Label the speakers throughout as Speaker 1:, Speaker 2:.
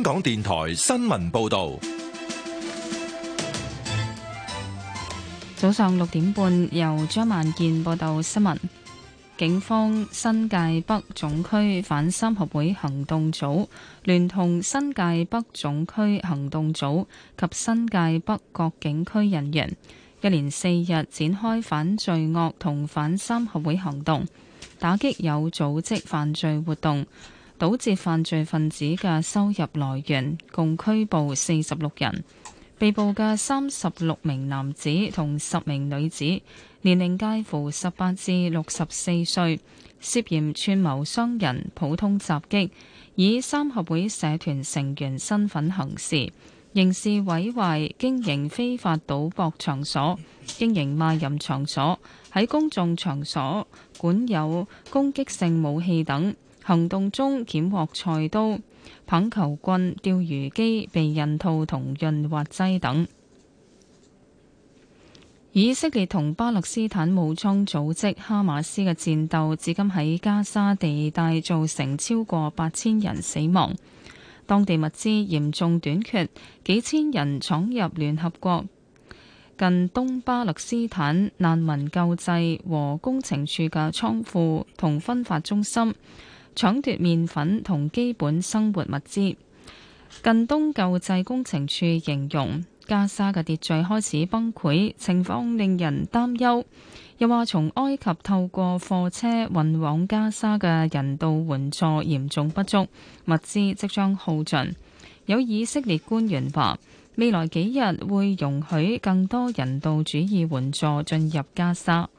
Speaker 1: 港電台新聞報道。
Speaker 2: 早上6點半，由張萬健報道新聞。警方新界北總區反三合會行動組聯同新界北總區行動組及新界北各警區人員，一連4日展開反罪惡同反三合會行動，打擊有組織犯罪活動，堵截犯罪分子嘅收入來源，共拘捕46人。被捕嘅36名男子同10名女子，年齡介乎18至64歲，涉嫌串謀傷人、普通襲擊，以三合會社團成員身份行事，刑事毀壞、經營非法賭博場所、經營賣淫場所、喺公眾場所管有攻擊性武器等。行動中檢獲菜刀、棒球棍、釣魚機、避孕套同潤滑劑等。以色列同巴勒斯坦武裝組織哈馬斯嘅戰鬥至今喺加沙地帶造成超過8000人死亡，當地物資嚴重短缺，幾千人闖入聯合國近東巴勒斯坦難民救濟和工程處嘅倉庫同分發中心，搶奪麵粉同基本生活物資。近東救濟工程處形容加沙嘅秩序開始崩潰，情況令人擔憂。又話從埃及透過貨車運往加沙嘅人道援助嚴重不足，物資即將耗盡。有以色列官員話，未來幾日會容許更多人道主義援助進入加沙。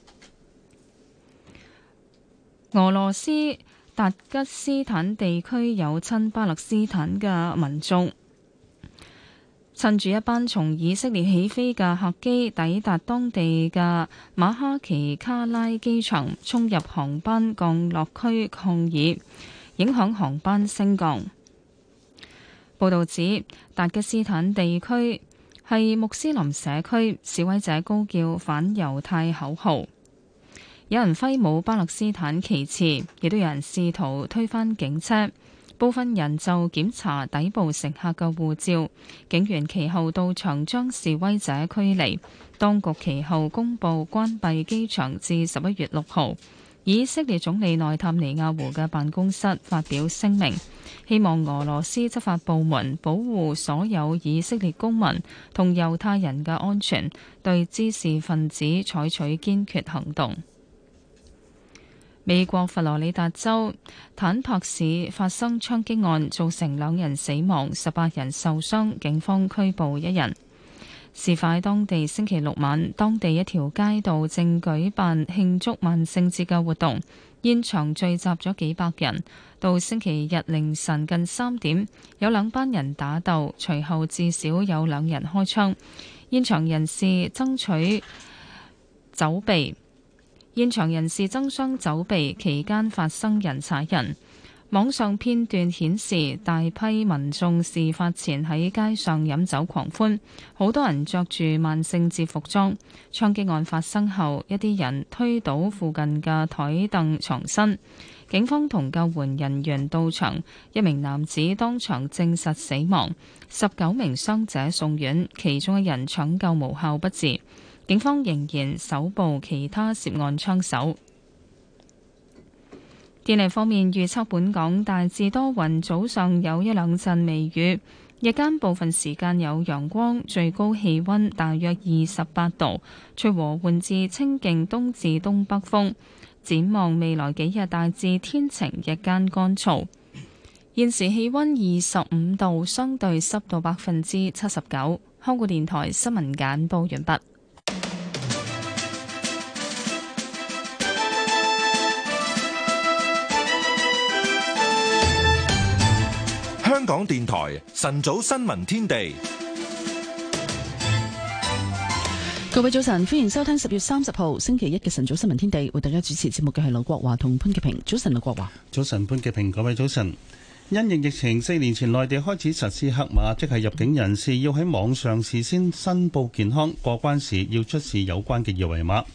Speaker 2: 俄羅斯達吉斯坦地區有親巴勒斯坦嘅民眾，趁住一班從以色列起飛嘅客機抵達當地嘅馬哈奇卡拉機場，衝入航班降落區抗議，影響航班升降。報導指，達吉斯坦地區係穆斯林社區，示威者高叫反猶太口號。有人揮舞巴勒斯坦旗幟，亦都有人試圖推翻警車。部分人就檢查底部乘客嘅護照。警員其後到場將示威者驅離。當局其後公布關閉機場至11月6號。以色列總理內塔尼亞胡嘅辦公室發表聲明，希望俄羅斯執法部門保護所有以色列公民同猶太人嘅安全，對滋事分子採取堅決行動。美國佛羅里達州坦帕市發生槍擊案，造成2人死亡，18人受傷，警方拘捕1人。事發當地星期6晚，當地一條街道正舉辦慶祝萬聖節嘅活動，現場聚集咗幾百人。到星期日凌晨近3點，有2班人打鬥，隨後至少有2人開槍，現場人士爭相走避，期間發生人踩人。網上片段顯示大批民眾事發前喺街上飲酒狂歡，好多人着住萬聖節服裝。槍擊案發生後，一啲人推倒附近嘅台凳藏身。警方同救援人員到場，一名男子當場證實死亡，19名傷者送院，其中1人搶救無效不治。警方仍然搜捕其他涉案槍手。天氣方面，預測本港大致多雲，早上有1-2陣微雨，日間部分時間有陽光，最高氣溫大約28度，吹和緩至清勁東至東北風。展望未來幾日大致天晴，日間乾燥。現時氣溫25度，相對濕度79%。香港電台新聞簡報完畢。
Speaker 1: 香港電台晨早新聞天地，
Speaker 3: 各位早晨，歡迎收聽10月30號星期一嘅晨早新聞天地，為大家主持節目嘅係劉國華同潘潔平。早晨，劉國華。早晨，潘潔平。各位早晨。因應疫情，4年前內地開始實施黑碼，即係入境人士要喺網上事先申報健康，過關時要出示有關嘅二維碼。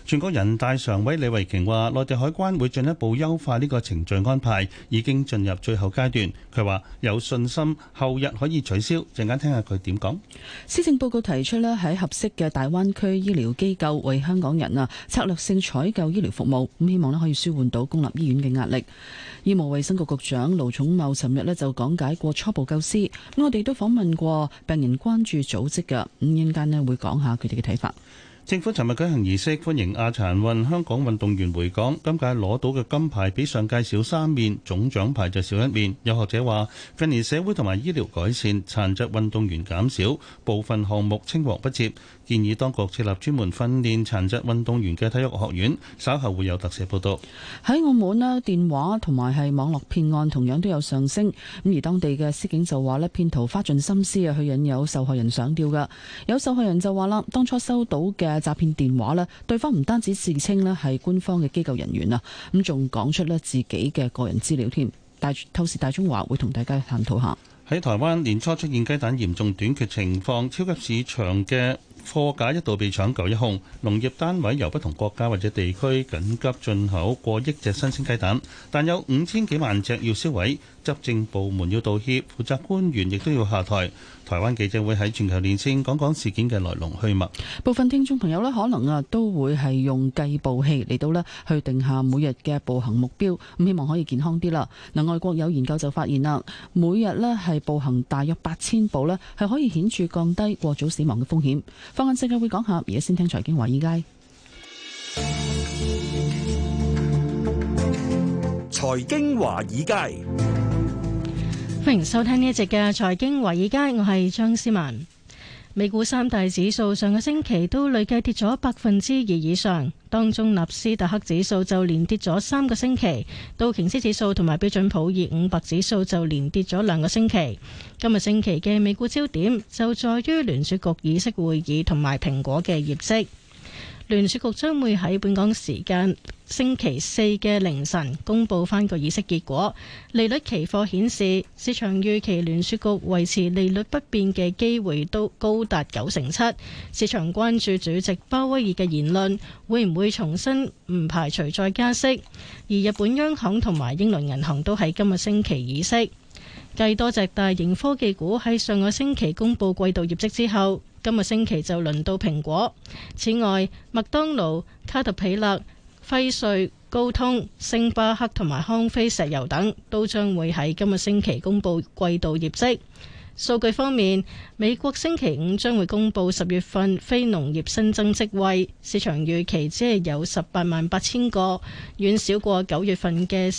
Speaker 4: 全國人大常委李慧瓊話，內地海關會進一步優化呢個程序安排，已經進入最後階段。佢話有信心後日可以取消。陣間聽下佢點講。
Speaker 3: 施政報告提出咧，喺合適嘅大灣區醫療機構為香港人策略性採購醫療服務，咁希望咧可以舒緩到公立醫院嘅壓力。醫務衛生局局長盧寵茂尋日咧就講解過初步構思，咁我哋都訪問過病人關注組織嘅，咁陣間咧會講下佢哋嘅睇法。
Speaker 4: 政府尋日舉行儀式歡迎亞殘運香港運動員回港，今屆攞到嘅金牌比上屆少3面，總獎牌就少1面。有學者話，近年社會同埋醫療改善，殘疾運動員減少，部分項目青黃不接，建議當局設立專門訓練殘疾運動員嘅體育學院。稍後會有特寫報道。
Speaker 3: 喺澳門咧，電話同埋係網絡騙案同樣都有上升，咁而當地嘅司警就話咧，騙徒花盡心思去引誘受害人上吊㗎。有受害人就話啦，當初收到嘅詐騙電話咧，對方唔單止自稱咧係官方嘅機構人員啊，咁仲講出咧自己嘅個人資料添。透視大中華會同大家探討下。
Speaker 4: 喺台灣年初出現雞蛋嚴重短缺情況，超級市場嘅貨架一度被搶購一空，農業單位由不同國家或者地區緊急進口過億隻新鮮雞蛋，但有5000幾萬隻要銷毀，執政部門要道歉，負責官員亦都要下台。台灣記者會喺全球連線講講事件嘅來龍去脈。
Speaker 3: 部分聽眾朋友可能都會係用計步器嚟到去定下每日嘅步行目標，咁希望可以健康啲啦。外國有研究就發現啦，每日係步行大約8000步係可以顯著降低過早死亡嘅風險。放眼世界會講下，而家先聽財經華爾街。
Speaker 5: 財經華爾街。
Speaker 6: 歡迎收聽呢一節嘅財經華爾街，我係張思文。美股三大指數上個星期都累計跌咗2%以上，當中納斯達克指數就連跌咗3個星期，道瓊斯指數同埋標準普爾500指數就連跌咗2個星期。今日星期嘅美股焦點就在於聯儲局議息會議同埋蘋果嘅業績。聯儲局將會喺本港時間星期四嘅凌晨公佈翻個議息結果。利率期貨顯示，市場預期聯儲局維持利率不變嘅機會都高達97%。市場關注主席鮑威爾嘅言論會唔會重申唔排除再加息。而日本央行同埋英倫銀行都喺今個星期議息。繼多隻大型科技股喺上個星期公佈季度業績之後，今個星期就輪到蘋果。此外，麥當勞、卡特彼勒、輝瑞、高通、星巴克同埋康菲石油等都將會喺今個星期公佈季度業績。數據方面，美國星期五將會公佈10月份非農業新增職位，市場預期只係有188000個，遠少過9月份嘅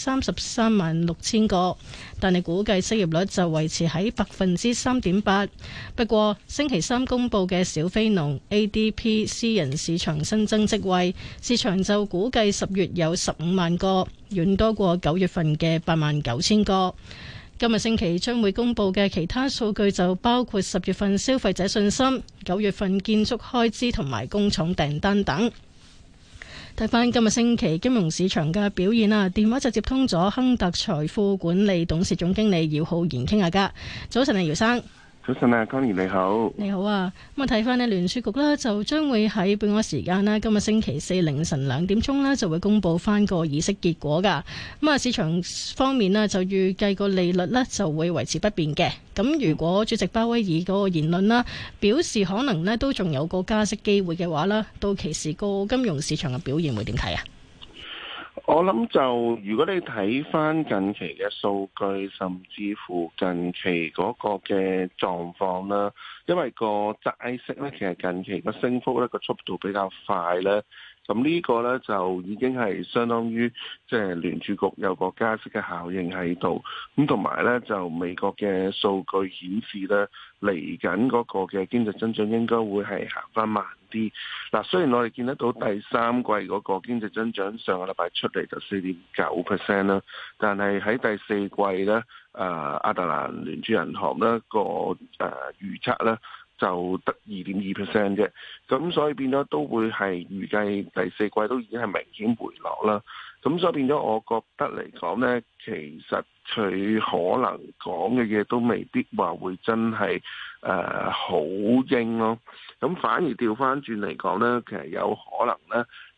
Speaker 6: 336000個，但係估計失業率就維持喺3.8%。不過，星期三公佈嘅小非農 ADP 私人市場新增職位，市場就估計10月有15萬個，遠多過9月份嘅89000個。今日星期將會公佈嘅其他數據就包括10月份消費者信心、9月份建築開支同埋工廠訂單等。睇返今日星期金融市場嘅表現啦，電話就接通咗亨特財富管理董事總經理姚浩然傾下㗎。早晨啊，姚生。
Speaker 7: 早晨啊，Connie 你好。
Speaker 6: 你好啊，咁啊睇翻呢聯儲局呢就將會喺本港時間啦，今日星期四凌晨2點鐘呢就會公佈翻個議息結果噶。咁啊市場方面呢就預計個利率呢就會維持不變嘅。咁如果主席鮑威爾嗰個言論啦表示可能呢都仲有個加息機會嘅話呢，到期時個金融市場嘅表現會點睇啊？
Speaker 7: 我諗就如果你睇翻近期嘅數據，甚至乎近期嗰個嘅狀況啦，因為個債息咧其實近期個升幅咧個速度比較快咧，咁呢個咧就已經係相當於即係聯儲局有個加息嘅效應喺度，咁同埋咧就美國嘅數據顯示咧嚟緊嗰個嘅經濟增長應該會係行翻慢啲。嗱，雖然我哋見得到第三季嗰個經濟增長上個禮拜出嚟就4.9% 啦，但係喺第四季咧，亞特蘭聯儲銀行咧個預測咧就得2.2% 啫，咁所以變咗都會係預計第四季都已經係明顯回落啦。咁所以變咗我覺得嚟講呢，其實佢可能講嘅嘢都未必話會真係好鷹咯。咁反而調翻轉嚟講呢，其實有可能呢，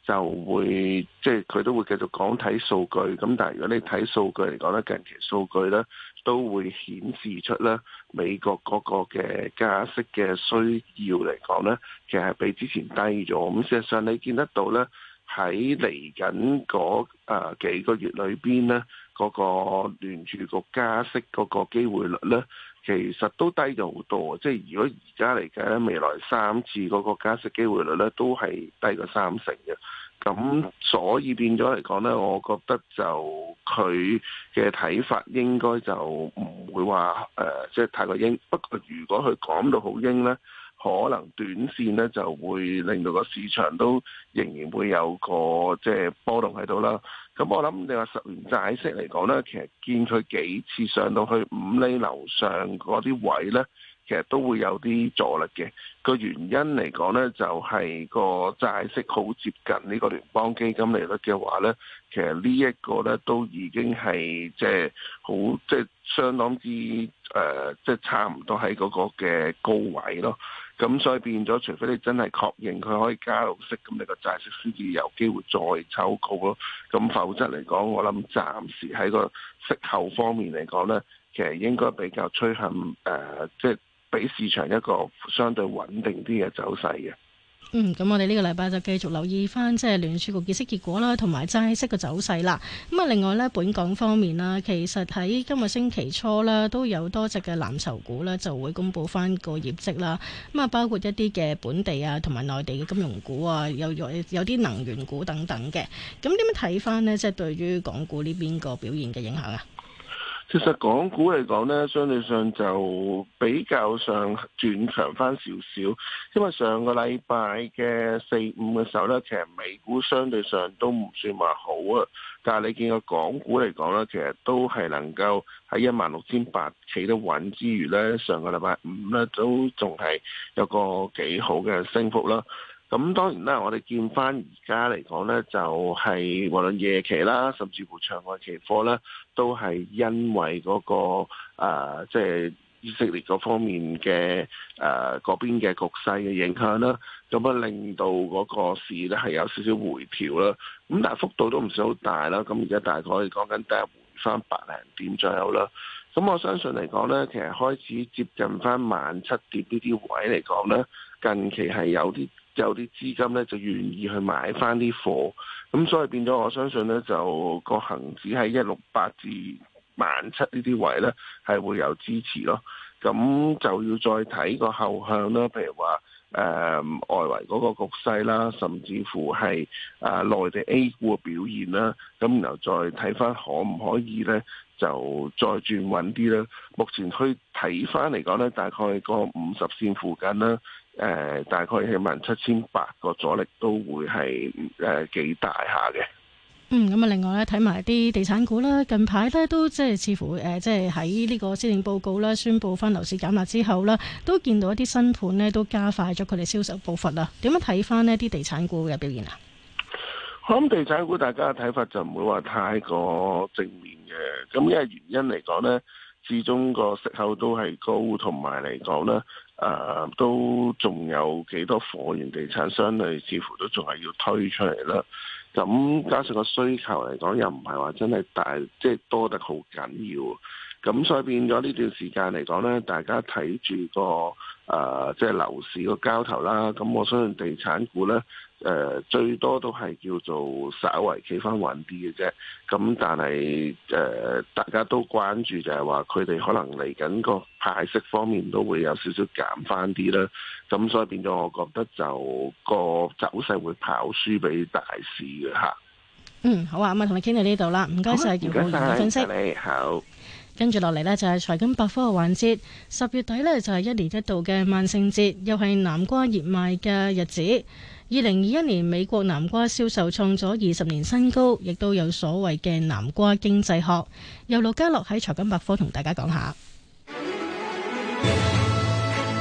Speaker 7: 就會即係佢都會繼續講睇數據。咁但係如果你睇數據嚟講咧，近期數據咧都會顯示出咧美國嗰個嘅加息嘅需要嚟講咧，其實係比之前低咗。咁事實上你見得到咧，喺嚟緊嗰幾個月裏邊咧，嗰個聯儲局加息嗰個機會率咧，其實都低咗好多。即係如果而家嚟計咧，未來3次嗰個加息機會率咧，都係低過30%嘅。咁所以變咗嚟講咧，我覺得就佢嘅睇法應該就唔會話即係太過鷹。不過如果佢講到好鷹咧，可能短線咧就會令到個市場都仍然會有個即係波動喺度啦。咁我諗你話10年債息嚟講咧，其實見佢幾次上到去5厘樓上嗰啲位咧，其實都會有啲阻力嘅。個原因嚟講咧，就係個債息好接近呢個聯邦基金利率嘅話咧，其實呢一個咧都已經係即係好即係相當之即係差唔多喺嗰個嘅高位咯。咁所以變咗，除非你真係確認佢可以加到息，咁你個債息先至有機會再抽高咯。咁否則嚟講，我諗暫時喺個息口方面嚟講咧，其實應該比較趨向即係俾市場一個相對穩定啲嘅走勢嘅。
Speaker 6: 咁我哋呢個禮拜就繼續留意翻即係聯儲局議息結果啦，同埋債息嘅走勢啦。咁啊，另外呢，本港方面啦，其實喺今個星期初啦，都有多隻嘅藍籌股呢就會公布翻個業績啦。咁啊，包括一啲嘅本地啊，同埋內地嘅金融股啊，有啲能源股等等嘅。咁點樣睇翻呢？即係對於港股呢邊個表現嘅影響啊？
Speaker 7: 其實港股嚟講呢，相對上就比較上轉強翻少少，因為上個禮拜嘅4、5嘅時候呢，其實美股相對上都唔算話好啊，但係你見個港股嚟講呢，其實都係能夠喺16,800企得穩之餘呢，上個禮拜5呢都仲係有個幾好嘅升幅啦。咁當然啦，我哋見翻而家嚟講呢，就係無論夜期啦，甚至乎場外期貨呢，都係因為嗰個即係以色列嗰方面嘅嗰邊嘅局勢嘅影響啦，咁啊令到嗰個市呢係有少少回調啦。咁但係幅度都唔算好大啦。咁而家大概講緊第一回翻百零點左右啦。咁我相信嚟講呢，其實開始接近翻17,000點呢啲位嚟講呢，近期係有啲資金咧就願意去買翻啲貨，咁所以變咗我相信咧就個恆指喺168至17,000呢啲位咧係會有支持咯。咁就要再睇個後向啦，譬如話外圍嗰個局勢啦，甚至乎係內地 A 股嘅表現啦，咁然後再睇翻可唔可以咧就再轉穩啲啦。目前去睇翻嚟講咧，大概個50線附近啦。大概係17,800個阻力都會係幾大下嘅。
Speaker 6: 咁啊，另外咧睇埋啲地產股啦，近排咧都即係似乎即係喺呢個施政報告啦，宣布翻樓市減壓之後啦，都見到一啲新盤咧都加快咗佢哋銷售步伐啦。點樣睇翻呢啲地產股嘅表現啊？
Speaker 7: 我諗地產股大家嘅睇法就唔會話太過正面嘅，咁因為原因嚟講咧，始終個息口都係高，同埋嚟講咧。都仲有幾多貨源地產商類似乎都仲係要推出嚟啦。咁加上個需求嚟講，又唔係話真係大，即係多得好緊要。咁所以變咗呢段時間嚟講呢，大家睇住個即係樓市個交投啦。咁我相信地產股呢，最多都係叫做稍為企翻穩啲嘅啫。咁但係大家都關注就係話佢哋可能嚟緊個派息方面都會有少少減翻啲啦。咁所以變咗，我覺得就個走勢會跑輸俾大市嘅嚇。
Speaker 6: 好啊，咁啊同你傾到呢度啦。唔該晒，姚浩然嘅分析。
Speaker 7: 你好。
Speaker 6: 跟住落嚟呢，就係財經百科嘅環節。10月底呢，就係1年一度嘅萬聖節，又係南瓜熱賣嘅日子。2021年美國南瓜銷售創咗20年新高，亦都有所謂嘅南瓜經濟學。由盧家樂喺財經百科同大家講下。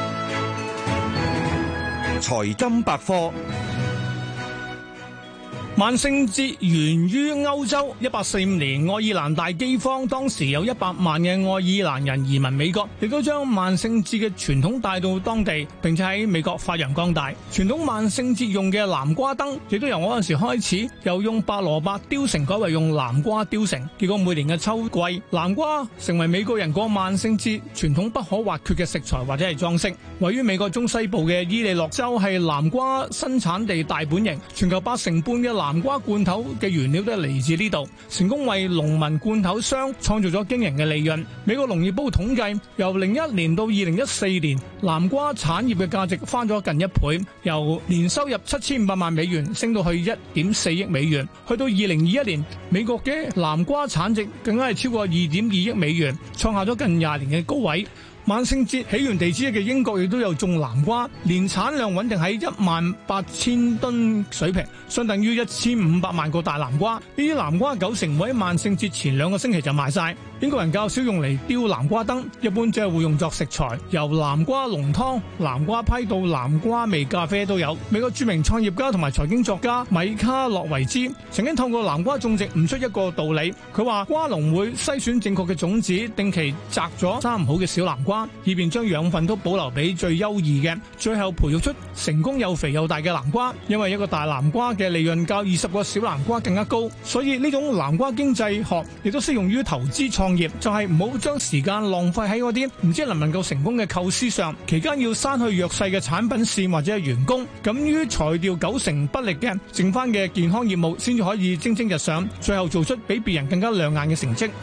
Speaker 5: 財經百科。
Speaker 8: 萬聖節源於歐洲，1845年愛爾蘭大饑荒，當時有100萬嘅愛爾蘭人移民美國，亦都將萬聖節嘅傳統帶到當地，並且喺美國發揚光大。傳統萬聖節用嘅南瓜燈，亦都由嗰陣時開始，由用白蘿蔔雕成改為用南瓜雕成。結果每年嘅秋季，南瓜成為美國人過萬聖節傳統不可或缺嘅食材或者係裝飾。位於美國中西部嘅伊利諾州係南瓜生產地大本營，全球80%半嘅南瓜罐頭嘅原料都係嚟自呢度，成功為農民罐頭商創造咗驚人嘅利潤。美國農業部統計，由01年到2014年，南瓜產業嘅價值翻咗近1倍，由年收入7500萬美元升到去1.4億美元。去到2021年，美國嘅南瓜產值更加係超過2.2億美元，創下咗近20年嘅高位。萬聖節起源地之一嘅英國亦都有種南瓜，年產量穩定喺18000噸水平，相等於1500萬個大南瓜。呢啲南瓜90%會喺萬聖節前2個星期就賣晒。英國人較少用嚟雕南瓜燈，一般只係會用作食材，由南瓜濃湯、南瓜批到南瓜味咖啡都有。美國著名創業家同埋財經作家米卡洛維茲曾經透過南瓜種植悟出一個道理，佢話瓜農會篩選正確嘅種子，定期摘咗生唔好嘅小南瓜，以便將養分都保留俾最優異嘅，最後培育出成功又肥又大嘅南瓜。因為一個大南瓜嘅利潤較20個小南瓜更加高，所以呢種南瓜經濟學亦都適用於投資創業，就係唔好將時間浪費喺嗰啲唔知能唔能夠成功嘅構思上，期間要刪去弱勢嘅產品線或者係員工，敢於裁掉90%不力嘅，剩翻嘅健康業務先至可以蒸蒸日上，最後做出比別人更加亮眼嘅成績。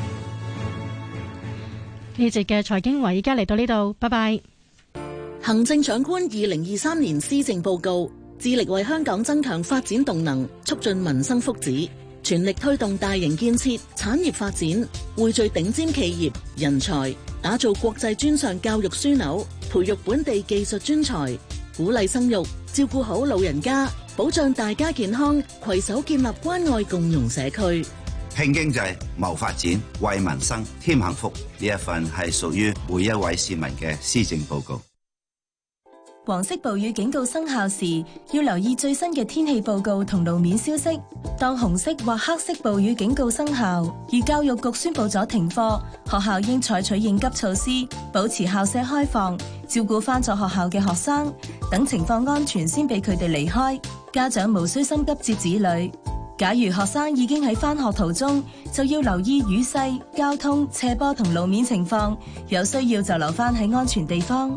Speaker 6: 呢節嘅財經華爾街嚟到呢度，拜拜。
Speaker 9: 行政長官2023年施政報告，致力為香港增強發展動能，促進民生福祉，全力推動大型建設、產業發展，匯聚頂尖企業人才，打造國際專上教育樞紐，培育本地技術專才，鼓勵生育，照顧好老人家，保障大家健康，攜手建立關愛共融社區。
Speaker 10: 拼經濟、謀發展、為民生添幸福，呢一份係屬於每一位市民嘅施政報告。
Speaker 11: 黃色暴雨警告生效時，要留意最新嘅天氣報告同路面消息。當紅色或黑色暴雨警告生效，而教育局宣布咗停課，學校應採取應急措施，保持校舍開放，照顧返咗學校嘅學生，等情況安全先俾佢哋離開。家長無需心急接子女。假如學生已經喺返學途中，就要留意雨勢、交通、斜坡同路面情況，有需要就留返喺安全地方。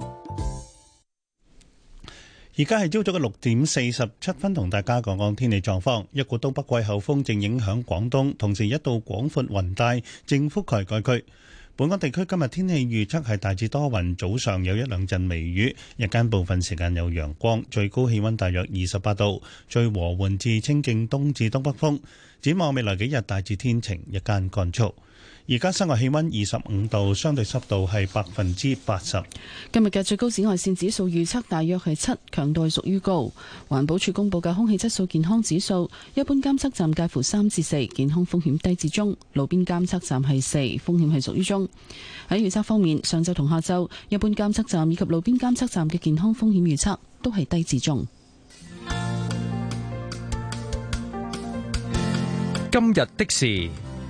Speaker 4: 而家係朝早嘅6:47，同大家講講天氣狀況。一股東北季候風正影響廣東，同時一道廣闊雲帶正覆蓋該區。本港地區今日天氣預測係大致多雲，早上有1-2陣微雨，日間部分時間有陽光，最高氣溫大約28度，最和緩至清勁東至東北風。展望未來幾日大致天晴，日間乾燥。而家室外氣溫25度，相對濕度係80%。
Speaker 3: 今日嘅最高紫外線指數預測大約係7，強度係屬於高。環保署公布嘅空氣質素健康指數，一般監測站介乎3至4，健康風險低至中；路邊監測站係4，風險係屬於中。喺預測方面，上晝同下晝，一般監測站以及路邊監測站嘅健康風險預測都係低至中。
Speaker 12: 今日的事。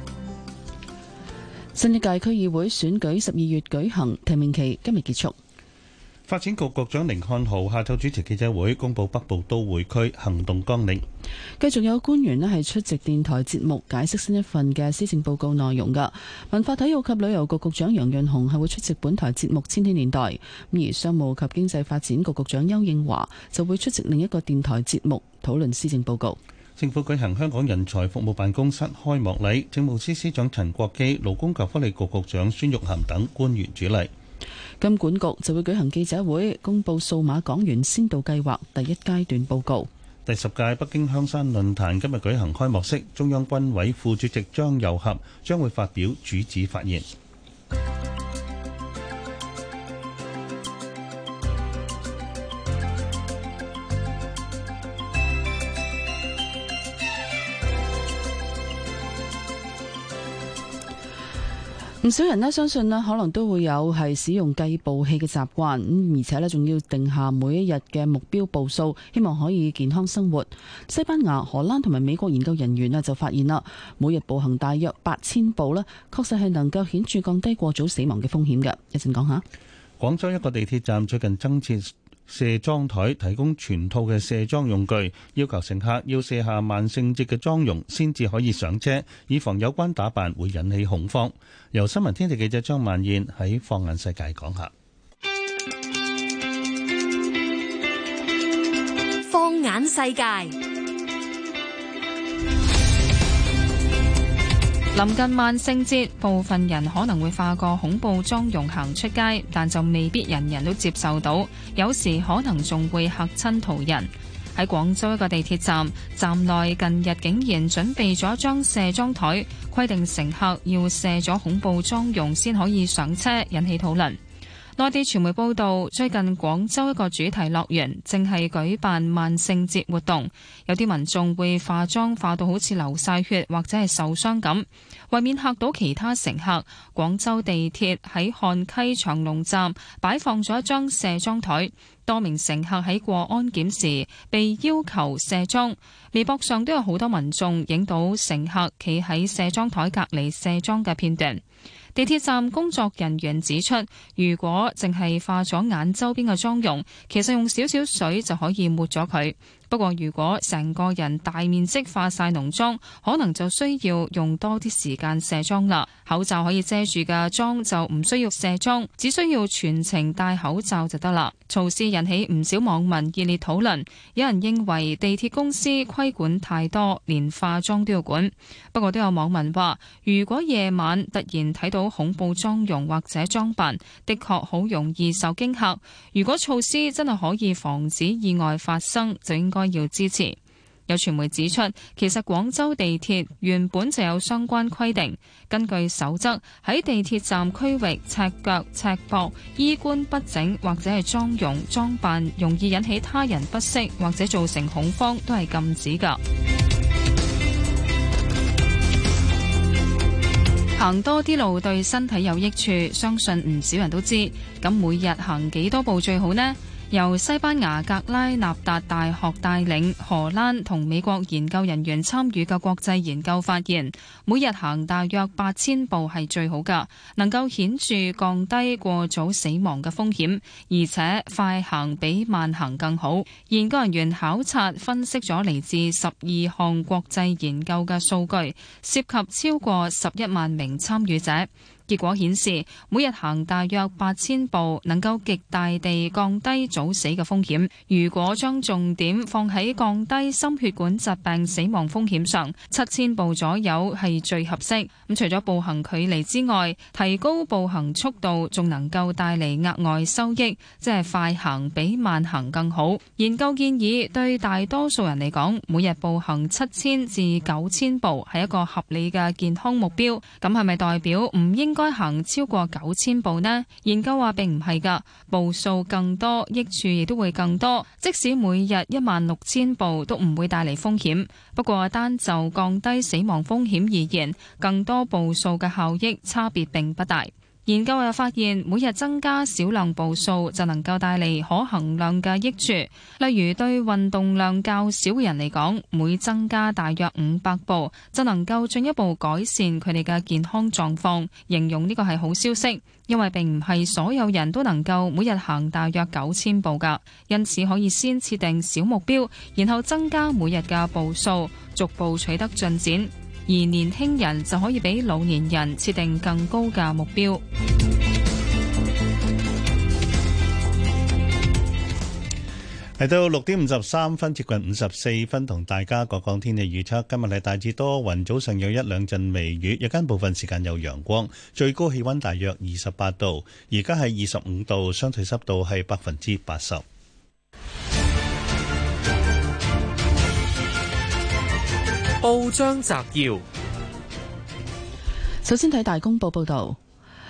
Speaker 3: 新一屆區議會選舉12月舉行，提名期今日結束。
Speaker 4: 發展局局長甯漢豪下晝主持記者會，公布北部都會區行動綱領。
Speaker 3: 繼續有官員係出席電台節目，解釋新一份嘅施政報告內容㗎。文化體育及旅遊局局長楊潤雄係會出席本台節目《千禧年代》，而商務及經濟發展局局長邱應華就會出席另一個電台節目，討論施政報告。
Speaker 4: 政府舉行香港人才服務辦公室開幕禮，政務司司長陳國基、勞工及福利局局長孫玉菡等官員主禮。
Speaker 3: 金管局就會舉行記者會，公布數碼港元先導計劃第1階段報告。
Speaker 4: 第10屆北京香山論壇今日舉行開幕式，中央軍委副主席張又俠將會發表主旨發言。
Speaker 3: 唔少人咧相信咧，可能都會有係使用計步器嘅習慣，而且咧仲要定下每一日嘅目標步數，希望可以健康生活。西班牙、荷蘭同埋美國研究人員就發現啦，每日步行大約8000步咧，確實係能夠顯著降低過早死亡嘅風險嘅。一陣講下。
Speaker 4: 廣州一個地鐵站最近增設卸妝台，提供全套嘅卸妝用具，要求乘客要卸下萬聖節嘅妝容先至可以上車，以防有關打扮會引起恐慌。由新聞天地記者張萬燕喺放眼世界講下。
Speaker 13: 放眼世界。
Speaker 2: 臨近萬聖節，部分人可能會化個恐怖妝容行出街，但就未必人人都接受到，有時可能仲會嚇親途人。喺廣州一個地鐵站，站內近日竟然準備咗一張卸妝台，規定乘客要卸咗恐怖妝容先可以上車，引起討論。內地傳媒報道，最近廣州一個主題樂園正係舉辦萬聖節活動，有啲民眾會化妝化到好似流晒血或者係受傷咁。為免嚇到其他乘客，廣州地鐵喺漢溪長隆站擺放咗一張卸妝台，多名乘客喺過安檢時被要求卸妝。微博上都有好多民眾影到乘客企喺卸妝台隔離卸妝嘅片段。地鐵站工作人員指出，如果淨係化咗眼周邊嘅妝容，其實用少少水就可以抹咗佢。不過如果成個人大面積化晒濃妝，可能就需要用多啲時間卸妝啦。口罩可以遮住嘅妝就唔需要卸妝，只需要全程戴口罩就得啦。措施引起唔少網民熱烈討論，有人認為地鐵公司規管太多，連化妝都要管。不過都有網民話，如果夜晚突然睇到恐怖妝容或者裝扮，的確好容易受驚嚇。如果措施真係可以防止意外發生，就應該要支持。有傳媒指出，其實廣州地鐵原本就有相關規定，根據守則，喺地鐵站區域赤腳、赤膊、衣冠不整或者係妝容裝扮容易引起他人不適或者造成恐慌，都係禁止㗎。行多啲路對身體有益處，相信唔少人都知。咁每日行幾多步最好呢？由西班牙格拉納達大學帶領荷蘭同美國研究人員參與嘅國際研究發現，每日行大約8000步係最好㗎，能夠顯著降低過早死亡嘅風險，而且快行比慢行更好。研究人員考察分析咗嚟自12項國際研究嘅數據，涉及超過11萬名參與者。結果顯示，每日行大約8000步，能夠極大地降低早死嘅風險。如果將重點放喺降低心血管疾病死亡風險上，7000步左右係最合適。咁除咗步行距離之外，提高步行速度仲能夠帶嚟額外收益，即係快行比慢行更好。研究建議對大多數人嚟講，每日步行7000至9000步係一個合理嘅健康目標。咁係咪代表唔應該行超過9000步呢？研究話並唔係㗎，步數更多，益處亦都會更多。即使每日16000步都唔會帶嚟風險。不過單就降低死亡風險而言，更多步數嘅效益差別並不大。研究又發現，每日增加少量步數就能夠帶嚟可衡量嘅益處。例如對運動量較少嘅人嚟講，每增加大約500步就能夠進一步改善佢哋嘅健康狀況。形容呢個係好消息，因為並唔係所有人都能夠每日行大約9000步㗎。因此可以先設定小目標，然後增加每日嘅步數，逐步取得進展。而年輕人就可以比老年人設定更高嘅目標。
Speaker 4: 嚟到6點53分，接近54分，同大家講講天氣預測。今日係大致多雲，早上有1、2陣微雨，日間部分時間有陽光，最高氣溫大約28度，而家係25度，相對濕度係80%。
Speaker 12: 報章摘要，
Speaker 3: 首先睇大公報報道。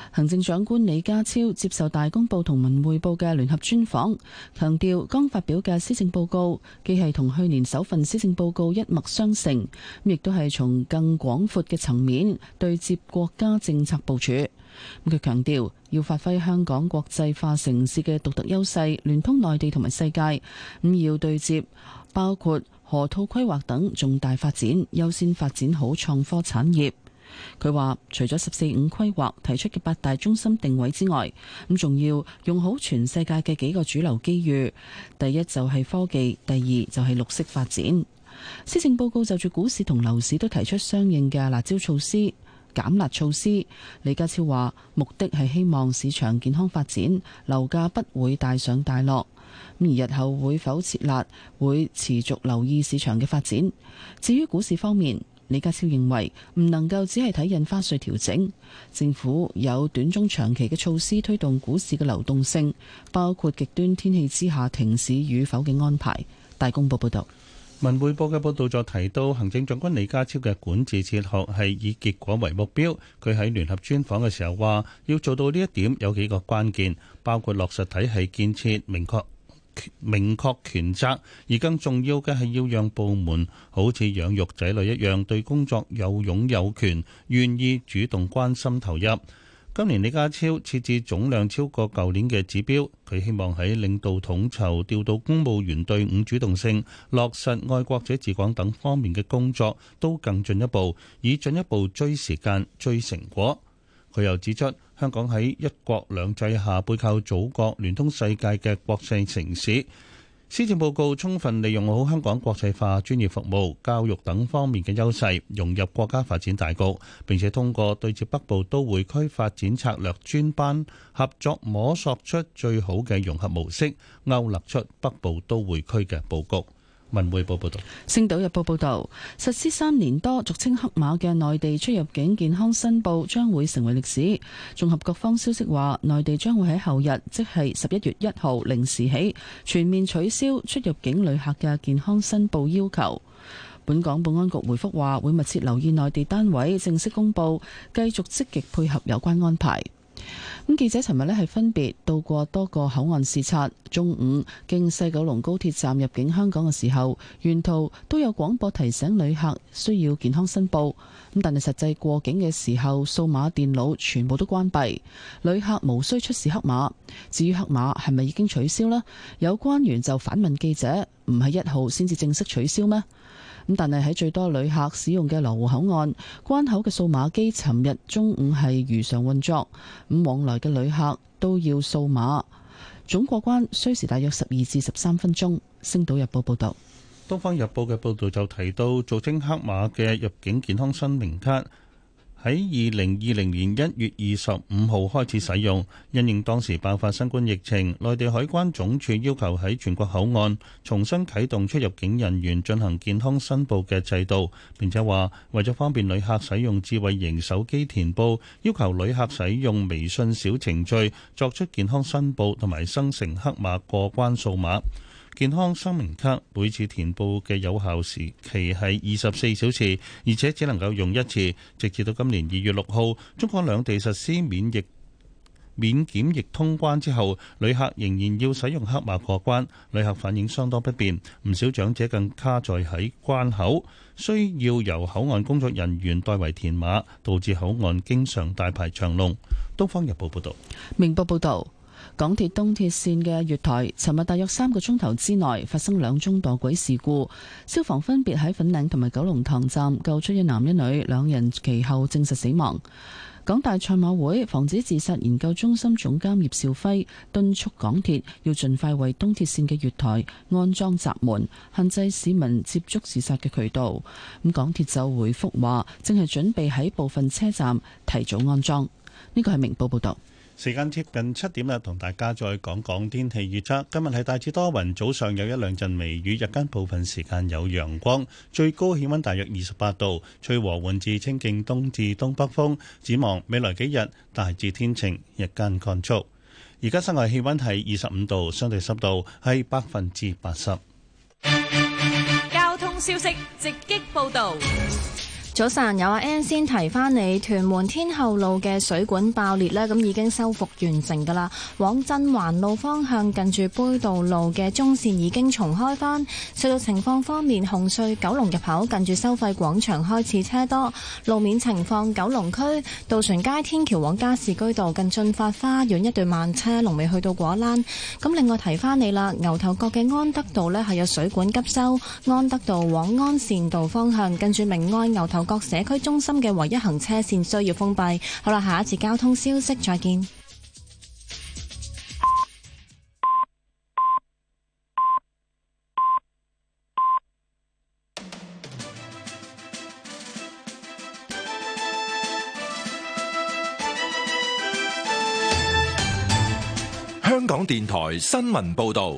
Speaker 3: 行政長官李家超接受大公報同文匯報嘅聯合專訪，強調剛發表嘅施政報告既係同去年首份施政報告一脈相承，亦都係從更廣闊嘅層面對接國家政策部署。佢強調要發揮香港國際化城市嘅獨特優勢，聯通內地同埋世界，要對接包括河套規劃等重大發展，優先發展好創科產業。佢話除咗14-5規劃提出嘅8大中心定位之外，仲要用好全世界嘅幾個主流機遇。第一就係科技，第二就係綠色發展。施政報告就住股市同樓市都提出相應嘅辣招措施、減辣措施。李家超話目的係希望市場健康發展，樓價不會大上大落。而日後會否撤辣，會持續留意市場嘅發展。至於股市方面，李家超認為唔能夠只係睇印花稅調整，政府有短中長期嘅措施推動股市嘅流動性，包括極端天氣之下停市與否嘅安排。大公報報道。
Speaker 4: 文匯報嘅報導就提到，行政長官李家超嘅管治哲學係以結果為目標。佢喺聯合專訪嘅時候話，要做到呢一點有幾個關鍵，包括落實體系建設，明確權責，而更重要嘅係要讓部門好似養育仔女一樣，對工作有勇有權，願意主動關心投入。今年李家超設置總量超過舊年嘅指標，佢希望喺領導統籌、調度公務員隊伍主動性、落實愛國者治港等方面嘅工作都更進一步，以進一步追時間、追成果。佢又指出，香港喺一國兩制下背靠祖國、聯通世界嘅國際城市。施政報告充分利用好香港國際化、專業服務、教育等方面嘅優勢，融入國家發展大局，並且通過對接北部都會區發展策略專班合作，摸索出最好嘅融合模式，勾勒出北部都會區嘅佈局。文匯報報道。
Speaker 3: 星島日報報道，實施3年多俗稱黑碼嘅內地出入境健康申報將會成為歷史。綜合各方消息話，內地將會喺後日，即係11月1號零時起，全面取消出入境旅客嘅健康申報要求。本港保安局回覆話，會密切留意內地單位正式公佈，繼續積極配合有關安排。記者尋日係分別到過多個口岸視察，中午經西九龍高鐵站入境香港嘅時候，沿途都有廣播提醒旅客需要健康申報。但係實際過境嘅時候，數碼電腦全部都關閉，旅客無需出示黑碼。至於黑碼係咪已經取消呢？有官員就反問記者：唔係1號先至正式取消咩？但係喺最多旅客使用嘅羅湖口岸關口嘅數碼機，尋日中午係如常運作，往來嘅旅客都要掃碼，總過關需時大約12至13分鐘。星島日報報道。
Speaker 4: 東方日報嘅報導就提到，俗稱黑碼嘅入境健康申明卡喺2020年1月25號開始使用，因應當時爆發新冠疫情，內地海關總署要求喺全國口岸重新啟動出入境人員進行健康申報嘅制度，並且話為咗方便旅客使用智慧型手機填報，要求旅客使用微信小程序作出健康申報同埋生成黑碼過關掃碼。健康申明卡每次填報嘅有效時期係24小時，而且只能夠用一次，直至到今年2月6號，中港兩地實施免檢疫通關之後，旅客仍然要使用黑碼過關，旅客反映相當不便，唔少長者更卡在喺關口，需要由口岸工作人員代為填碼，導致口岸經常大排長龍。東方日報報道。
Speaker 3: 明報報道。港鐵東鐵線嘅月台，尋日大約3個鐘頭之內發生2宗墮軌事故，消防分別喺粉嶺同埋九龍塘站救出1男1女，2人其後證實死亡。港大賽馬會防止自殺研究中心總監葉兆輝敦促港鐵要盡快為東鐵線嘅月台安裝閘門，限制市民接觸自殺嘅渠道。港鐵就回覆話，正係準備喺部分車站提早安裝。呢個係明報報道。
Speaker 4: 時間接近7點啦，同大家再講講天氣預測。今日係大致多雲，早上有1、2陣微雨，日間部分時間有陽光，最高氣溫大約28度，吹和緩至清勁東至東北風。展望未來幾日大致天晴，日間乾燥。而家室外氣溫係25度，相對濕度係80%。
Speaker 13: 交通消息直擊報道。
Speaker 14: 早晨，有阿 N 先提翻你，屯門天后路嘅水管爆裂呢，咁已經修復完成噶啦。往振環路方向近住杯渡路嘅中線已經重開翻。隧道情況方面，紅隧九龍入口近住收費廣場開始車多。路面情況，九龍區渡船街天橋往加士居道近駿發花園一段慢車，龍尾去到果欄。咁另外提翻你啦，牛頭角嘅安德道呢係有水管急修，安德道往安善道方向近住明愛牛頭角社區中心嘅唯一行車線需要封閉。好啦，下一節交通消息再見。
Speaker 1: 香港電台新聞報道。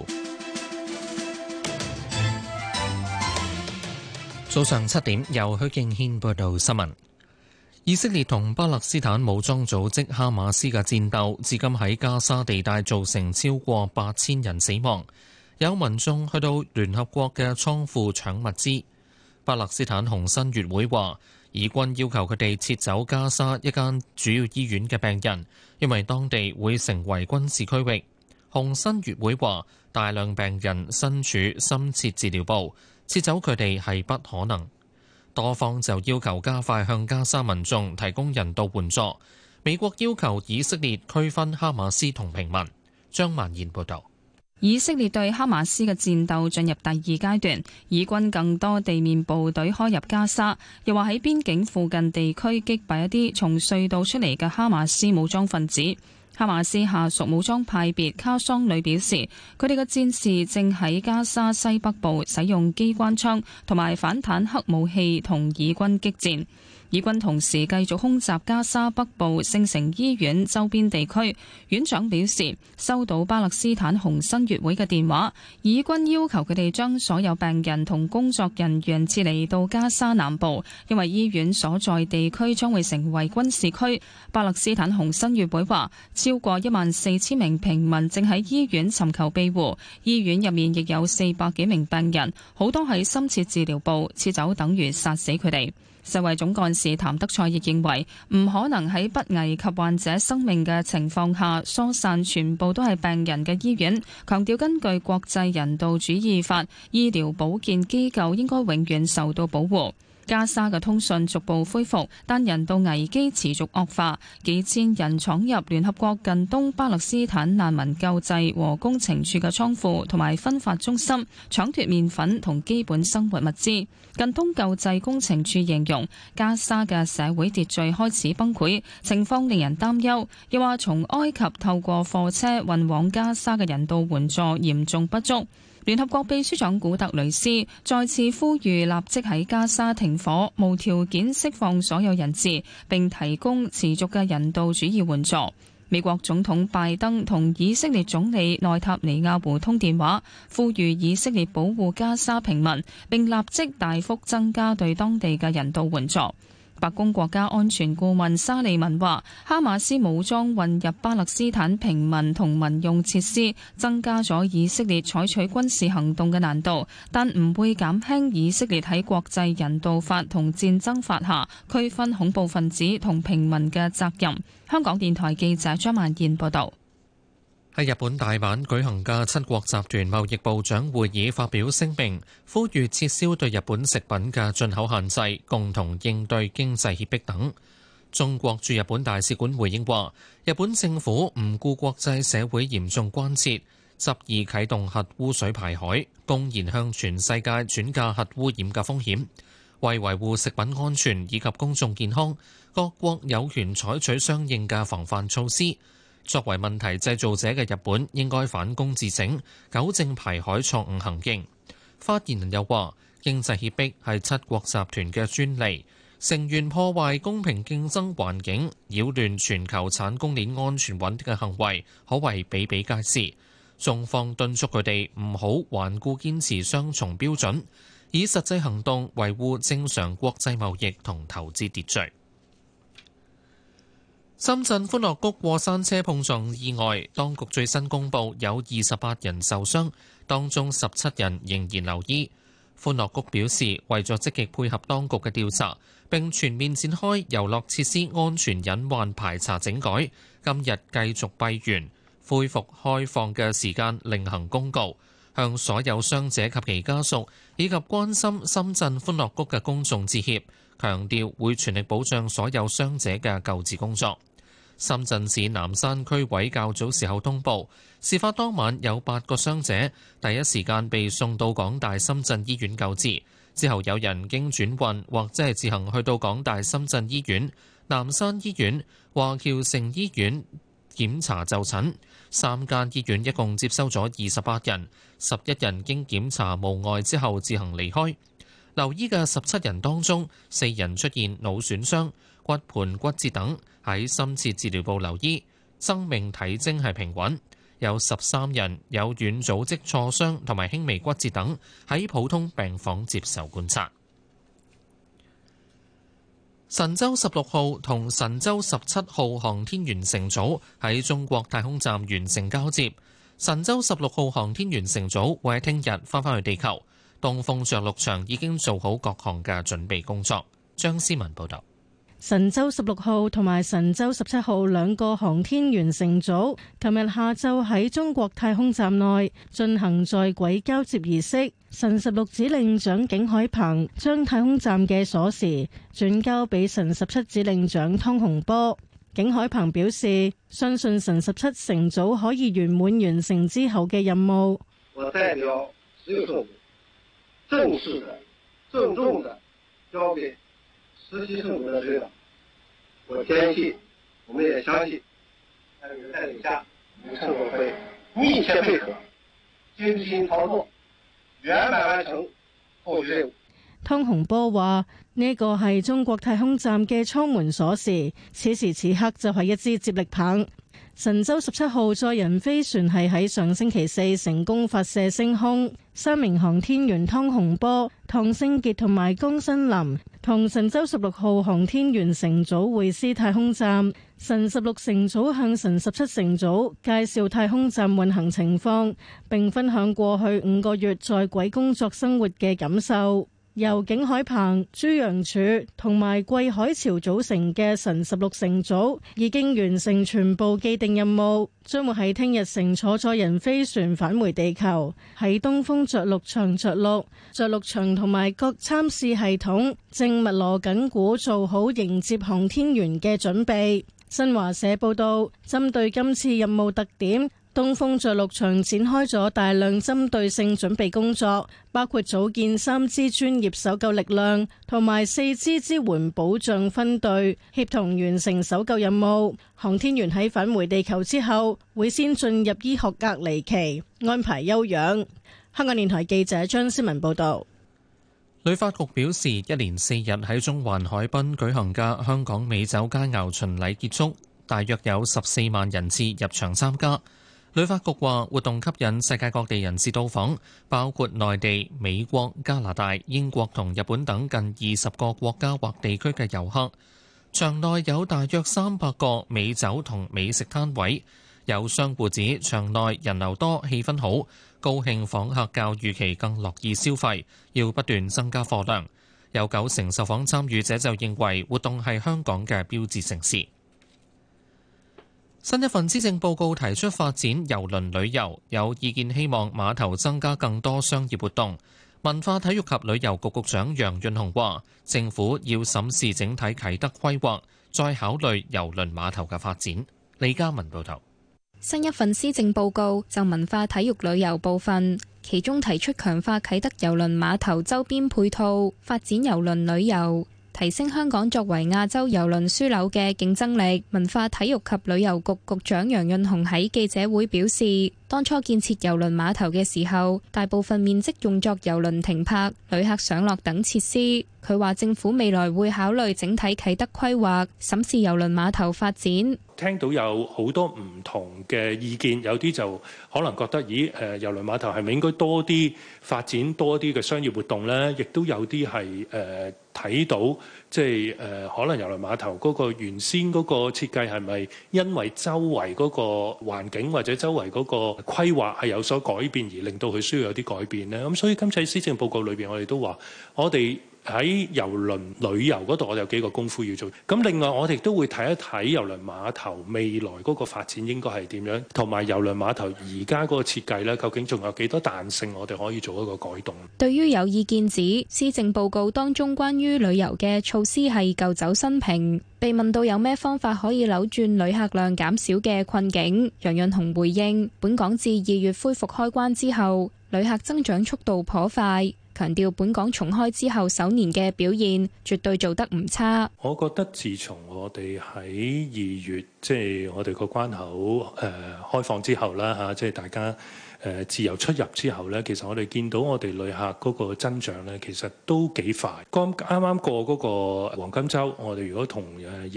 Speaker 12: 早上7點，由許敬軒報道新聞。以色列同巴勒斯坦武裝組織哈馬斯嘅戰鬥，至今喺加沙地帶造成超過8000人死亡。有民眾去到聯合國嘅倉庫搶物資。巴勒斯坦紅新月會話，以軍要求佢哋撤走加沙一間主要醫院嘅病人，因為當地會成為軍事區域。紅新月會話，大量病人身處深切治療部，撤走佢哋係不可能。多方就要求加快向加沙民眾提供人道援助。美國要求以色列區分哈馬斯同平民。張曼燕報導。
Speaker 2: 以色列對哈馬斯嘅戰鬥進入第二階段，以軍更多地面部隊開入加沙，又話喺邊境附近地區擊敗一啲從隧道出嚟嘅哈馬斯武裝分子。哈馬斯下屬武裝派別卡桑旅表示，佢哋嘅戰士正喺加沙西北部使用機關槍同埋反坦克武器同以軍激戰。以軍同時繼續空襲加沙北部聖城醫院周邊地區。院長表示，收到巴勒斯坦紅新月會嘅電話，以軍要求佢哋將所有病人同工作人員撤離到加沙南部，因為醫院所在地區將會成為軍事區。巴勒斯坦紅新月會話，超過14000名平民正喺醫院尋求庇護，醫院入面亦有400幾名病人，好多喺深切治療部，撤走等於殺死佢哋。世衛總幹事譚德塞亦認為，唔可能喺不危及患者生命嘅情況下疏散全部都係病人嘅醫院，強調根據國際人道主義法，醫療保健機構應該永遠受到保護。加沙嘅通訊逐步恢復，但人道危機持續惡化，幾千人闖入聯合國近東巴勒斯坦難民救濟和工程處嘅倉庫同埋分發中心，搶奪麵粉同基本生活物資。近東救濟工程處形容加沙嘅社會秩序開始崩潰，情況令人擔憂，又話從埃及透過貨車運往加沙嘅人道援助嚴重不足。聯合國秘書長古特雷斯再次呼籲立即喺加沙停火，無條件釋放所有人質，並提供持續嘅人道主義援助。美國總統拜登同以色列總理內塔尼亞胡通電話，呼籲以色列保護加沙平民，並立即大幅增加對當地嘅人道援助。白宮國家安全顧問沙利文話，哈馬斯武裝混入巴勒斯坦平民同民用設施，增加咗以色列採取軍事行動嘅難度，但唔會減輕以色列喺國際人道法同戰爭法下區分恐怖分子同平民嘅責任。香港電台記者張曼燕報道。
Speaker 12: 喺日本大阪舉行嘅七國集團貿易部長會議發表聲明，呼籲撤銷對日本食品嘅進口限制，共同應對經濟脅迫等。中國駐日本大使館回應話，日本政府唔顧國際社會嚴重關切，執意啟動核污水排海，公然向全世界轉嫁核污染嘅風險。為維護食品安全以及公眾健康，各國有權採取相應嘅防範措施。作為問題製造者嘅日本應該反躬自省，糾正排海錯誤行徑。發言人又話，經濟脅迫係七國集團嘅專利，成員破壞公平競爭環境、擾亂全球產供鏈安全穩定嘅行為，可謂比比皆是。中方敦促佢哋唔好頑固堅持雙重標準，以實際行動維護正常國際貿易同投資秩序。深圳歡樂谷過山車碰撞意外，當局最新公布有28人受傷，當中17人仍然留醫。 歡樂谷表示，為咗積極配合當局嘅調查，並全面展開遊樂設施安全隱患排查整改，今日繼續閉園，恢復開放嘅時間另行公告，向所有傷者及其家屬以及關心深圳歡樂谷嘅公眾致歉，強調會全力保障所有傷者嘅救治工作。深圳市南山區委較早時候通報，事發當晚有8個傷者第一時間被送到港大深圳醫院救治，之後有人經轉運或者係自行去到港大深圳醫院、南山醫院、華僑城醫院檢查就診。3間醫院一共接收咗28人，11人經檢查無礙之後自行離開。留醫嘅17人當中，4人出現腦損傷、骨盤骨折等，喺深切治療部留醫，生命體徵係平穩。有13人有軟組織挫傷同埋輕微骨折等，喺普通病房接受觀察。神舟16號同神舟17號航天員乘組喺中國太空站完成交接。神舟16號航天員乘組會喺聽日返返去地球。東風着陸場已經做好各項嘅準備工作。張思文報道。
Speaker 6: 神舟16號同埋神舟17號兩個航天員乘組，琴日下晝喺中國太空站內進行在軌交接儀式。神16指令長景海鵬將太空站嘅鎖匙轉交俾神17指令長湯洪波。景海鵬表示，相信神17乘組可以圓滿完成之後嘅任務。
Speaker 15: 我代表16乘組正式的、鄭重的交給17乘組的指導。我堅信，我們也相信，在你的帶領下，我們乘組會密切配合，精心操作，圓滿完成後續任務。
Speaker 6: 湯洪波話：呢個係中國太空站嘅艙門鎖匙，此時此刻就係一支接力棒。神舟17號載人飛船係喺上星期四成功發射升空，3名航天員湯洪波、唐勝傑同埋江新林同神舟16號航天員乘組會師太空站。神16乘組向神17乘組介紹太空站運行情況，並分享過去5個月在軌工作生活嘅感受。由景海鵬、朱楊柱同埋桂海潮組成嘅神16乘組已經完成全部既定任務，將會喺聽日乘坐載人飛船返回地球，喺東風着陸場着陸。着陸場同埋各參試系統正密鑼緊鼓做好迎接航天員嘅準備。新華社報道，針對今次任務特點，東風着陸場展開咗大量針對性準備工作，包括組建3支專業搜救力量同埋4支支援保障分隊，協同完成搜救任務。航天員喺返回地球之後，會先進入醫學隔離期，安排休養。香港電台記者張思文報道。
Speaker 12: 旅發局表示，一連4日喺中環海濱舉行嘅香港美酒佳餚巡禮結束，大約有14萬人次入場參加。旅發局話，活動吸引世界各地人士到訪，包括內地、美國、加拿大、英國同日本等近20個國家或地區嘅遊客。場內有大約300個美酒同美食攤位。有商戶指場內人流多，氣氛好，高興訪客較預期更樂意消費，要不斷增加貨量。有90%受訪參與者就認為活動係香港嘅標誌城市。新一份施政報告提出發展郵輪旅遊，有意見希望碼頭增加更多商業活動。文化體育及旅遊局局長楊潤雄話，政府要審視整體啟德規劃，再考慮郵輪碼頭嘅發展。李嘉文報道。
Speaker 16: 新一份施政報告就文化體育旅遊部分，其中提出強化啟德郵輪碼頭周邊配套，發展郵輪旅遊，提升香港作為亞洲郵輪樞紐嘅競爭力。文化體育及旅遊局局長楊潤雄喺記者會表示，當初建設郵輪碼頭嘅時候，大部分面積用作郵輪停泊、旅客上落等設施。佢話政府未來會考慮整體啟德規劃，審視郵輪碼頭發展。
Speaker 17: 聽到有好多唔同嘅意見，有啲就可能覺得，郵輪碼頭係咪應該多啲發展多啲嘅商業活動呢？亦都有啲係睇到，即係可能郵輪碼頭嗰個原先嗰個設計係咪因為周圍嗰個環境或者周圍嗰個規劃係有所改變，而令到佢需要有啲改變呢？咁所以今次施政報告裏邊，我哋都話我哋喺郵輪旅遊嗰度，我哋有幾個功夫要做。咁另外，我哋都會睇一睇郵輪碼頭未來嗰個發展應該係點樣，同埋郵輪碼頭而家嗰個設計咧，究竟仲有幾多彈性，我哋可以做一個改動。
Speaker 16: 對於有意見指施政報告當中關於旅遊嘅措施係舊酒新瓶，被問到有咩方法可以扭轉旅客量減少嘅困境，楊潤雄回應：本港自2月恢復開關之後，旅客增長速度頗快。強調本港重開之後首年嘅表現絕對做得唔差。
Speaker 17: 我覺得自從我哋喺2月即係我哋個關口開放之後啦嚇，即係大家自由出入之後咧，其實我哋見到我哋旅客嗰個增長咧，其實都幾快。啱啱過嗰個黃金週，我哋如果同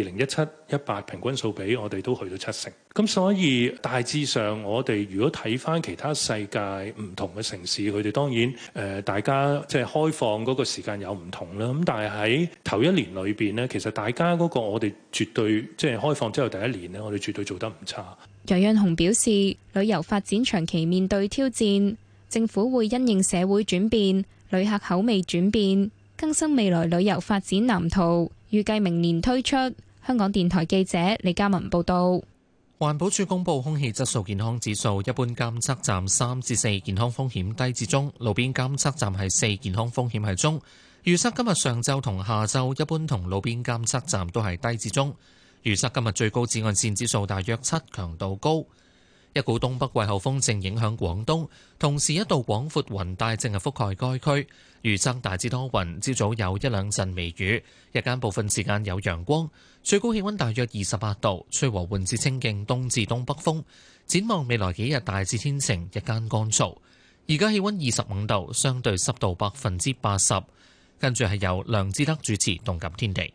Speaker 17: 2017-18平均數比，我哋都去到70%。咁所以大致上，我哋如果睇返其他世界唔同嘅城市，佢哋當然大家即係開放嗰個時間有唔同啦。咁但係喺頭一年裏邊咧，其實大家嗰個我哋絕對即係開放之後第一年咧，我哋絕對做得唔差。
Speaker 16: 楊潤雄表示，旅遊發展長期面對挑戰，政府會因應社會轉變、旅客口味轉變，更新未來旅遊發展藍圖，預計明年推出。香港電台記者李嘉文報道。
Speaker 12: 環保署公布空氣質素健康指數，一般監測站3至4，健康風險低至中；路邊監測站係4，健康風險係中。預測今日上晝同下晝，一般同路邊監測站都係低至中。預測今日最高紫外線指數大約7，強度高。一股東北季候風正影響廣東，同時一道廣闊雲帶正係覆蓋該區。預測大致多雲，朝早有1、2陣微雨，日間部分時間有陽光，最高氣溫大約28度，吹和緩至清勁東至東北風。展望未來幾日大致天晴，日間乾燥。而家氣溫25度，相對濕度80%。跟住係由梁志德主持《動感天地》。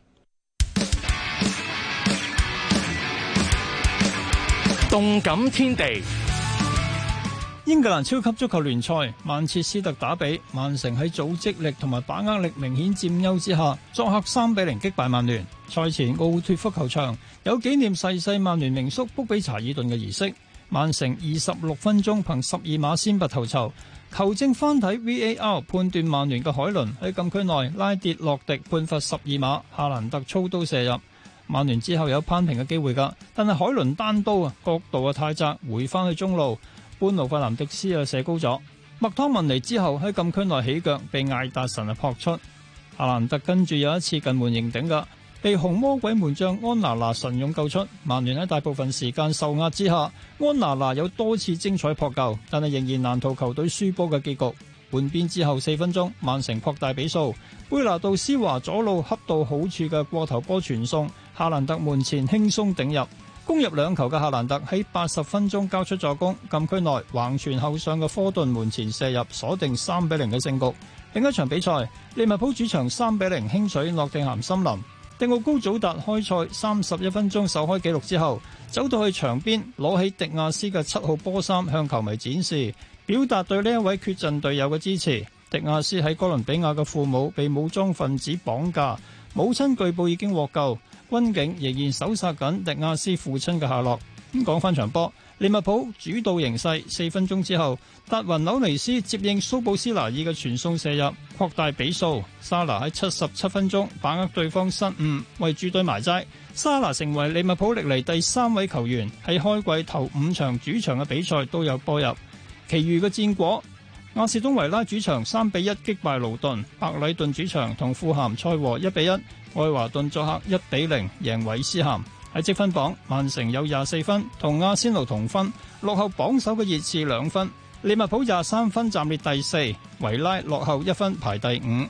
Speaker 18: 動感天地，英格蘭超級足球聯賽，曼徹斯特打比，曼城喺組織力同埋把握力明顯佔優之下，作客3-0擊敗曼聯。賽前奧脫福球場有紀念逝世曼聯名宿卜比查爾頓嘅儀式。曼城26分鐘憑12碼先拔頭籌，球證翻睇 VAR 判斷曼聯嘅海倫喺禁區內拉跌洛迪判罰12碼，夏蘭特操刀射入。曼聯之後有攀平嘅機會㗎，但係海倫單刀角度太窄，回翻去中路，班奴費南迪斯射高咗。麥湯文尼之後喺禁區內起腳，被艾達臣撲出。夏蘭特跟住有一次近門迎頂㗎，被紅魔鬼門將安娜拿神勇救出。曼聯喺大部分時間受壓之下，安娜拿有多次精彩撲救，但係仍然難逃球隊輸波嘅結局。換邊之後4分鐘，曼城擴大比數，貝拿杜斯華左路恰到好處嘅過頭波傳送，夏蘭特門前輕鬆頂入，攻入2球嘅夏蘭特喺80分鐘交出助攻，禁區內橫傳後上嘅科頓門前射入，鎖定3-0嘅勝局。另一場比賽，利物浦主場3-0輕取諾定咸森林。迪奧高祖達開賽31分鐘首開紀錄之後，走到去場邊攞起迪亞斯嘅7號波衫向球迷展示，表達對呢一位缺陣隊友嘅支持。迪亞斯喺哥倫比亞嘅父母被武裝分子綁架，母親據報已經獲救，軍警仍然搜索緊迪亞斯父親嘅下落。咁講翻場波，利物浦主導形勢，4分鐘之後，達雲紐尼斯接應蘇布斯拿爾嘅傳送射入，擴大比數。沙拿喺77分鐘把握對方失誤，為主隊埋齋。沙拿成為利物浦歷嚟第3位球員喺開季頭5場主場嘅比賽都有波入。其餘嘅戰果，亞士東維拉主場3-1擊敗勞頓，白禮頓主場同富咸賽和1-1，愛華頓作客1-0贏韋斯咸。喺積分榜，曼城有24分，同阿仙奴同分，落後榜首嘅熱刺2分。利物浦23分，暫列第4，維拉落後1分排第5。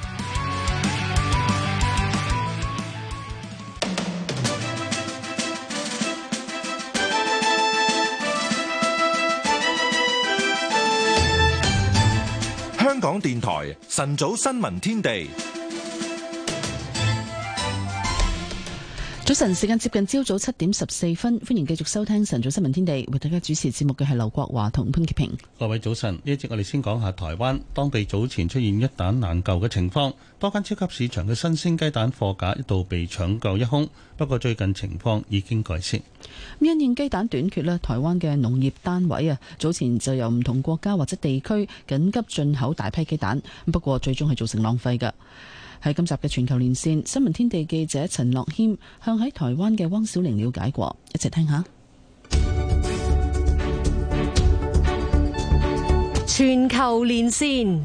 Speaker 1: 香港電台晨早新聞天地。
Speaker 3: 早晨，時間接近朝早7:14，歡迎繼續收聽晨早新聞天地，為大家主持節目嘅係劉國華同潘潔平。
Speaker 4: 各位早晨，呢一節我哋先講下台灣，當地早前出現一蛋難求嘅情況，多間超級市場嘅新鮮雞蛋貨架一度被搶購一空，不過最近情況已經改善。
Speaker 3: 因應雞蛋短缺咧，台灣嘅農業單位早前就由唔同國家或者地區緊急進口大批雞蛋，不過最終係造成浪費㗎。喺今集嘅全球連線，新聞天地記者陳樂謙向喺台灣嘅汪小玲了解過，一齊聽下。
Speaker 13: 全球連線，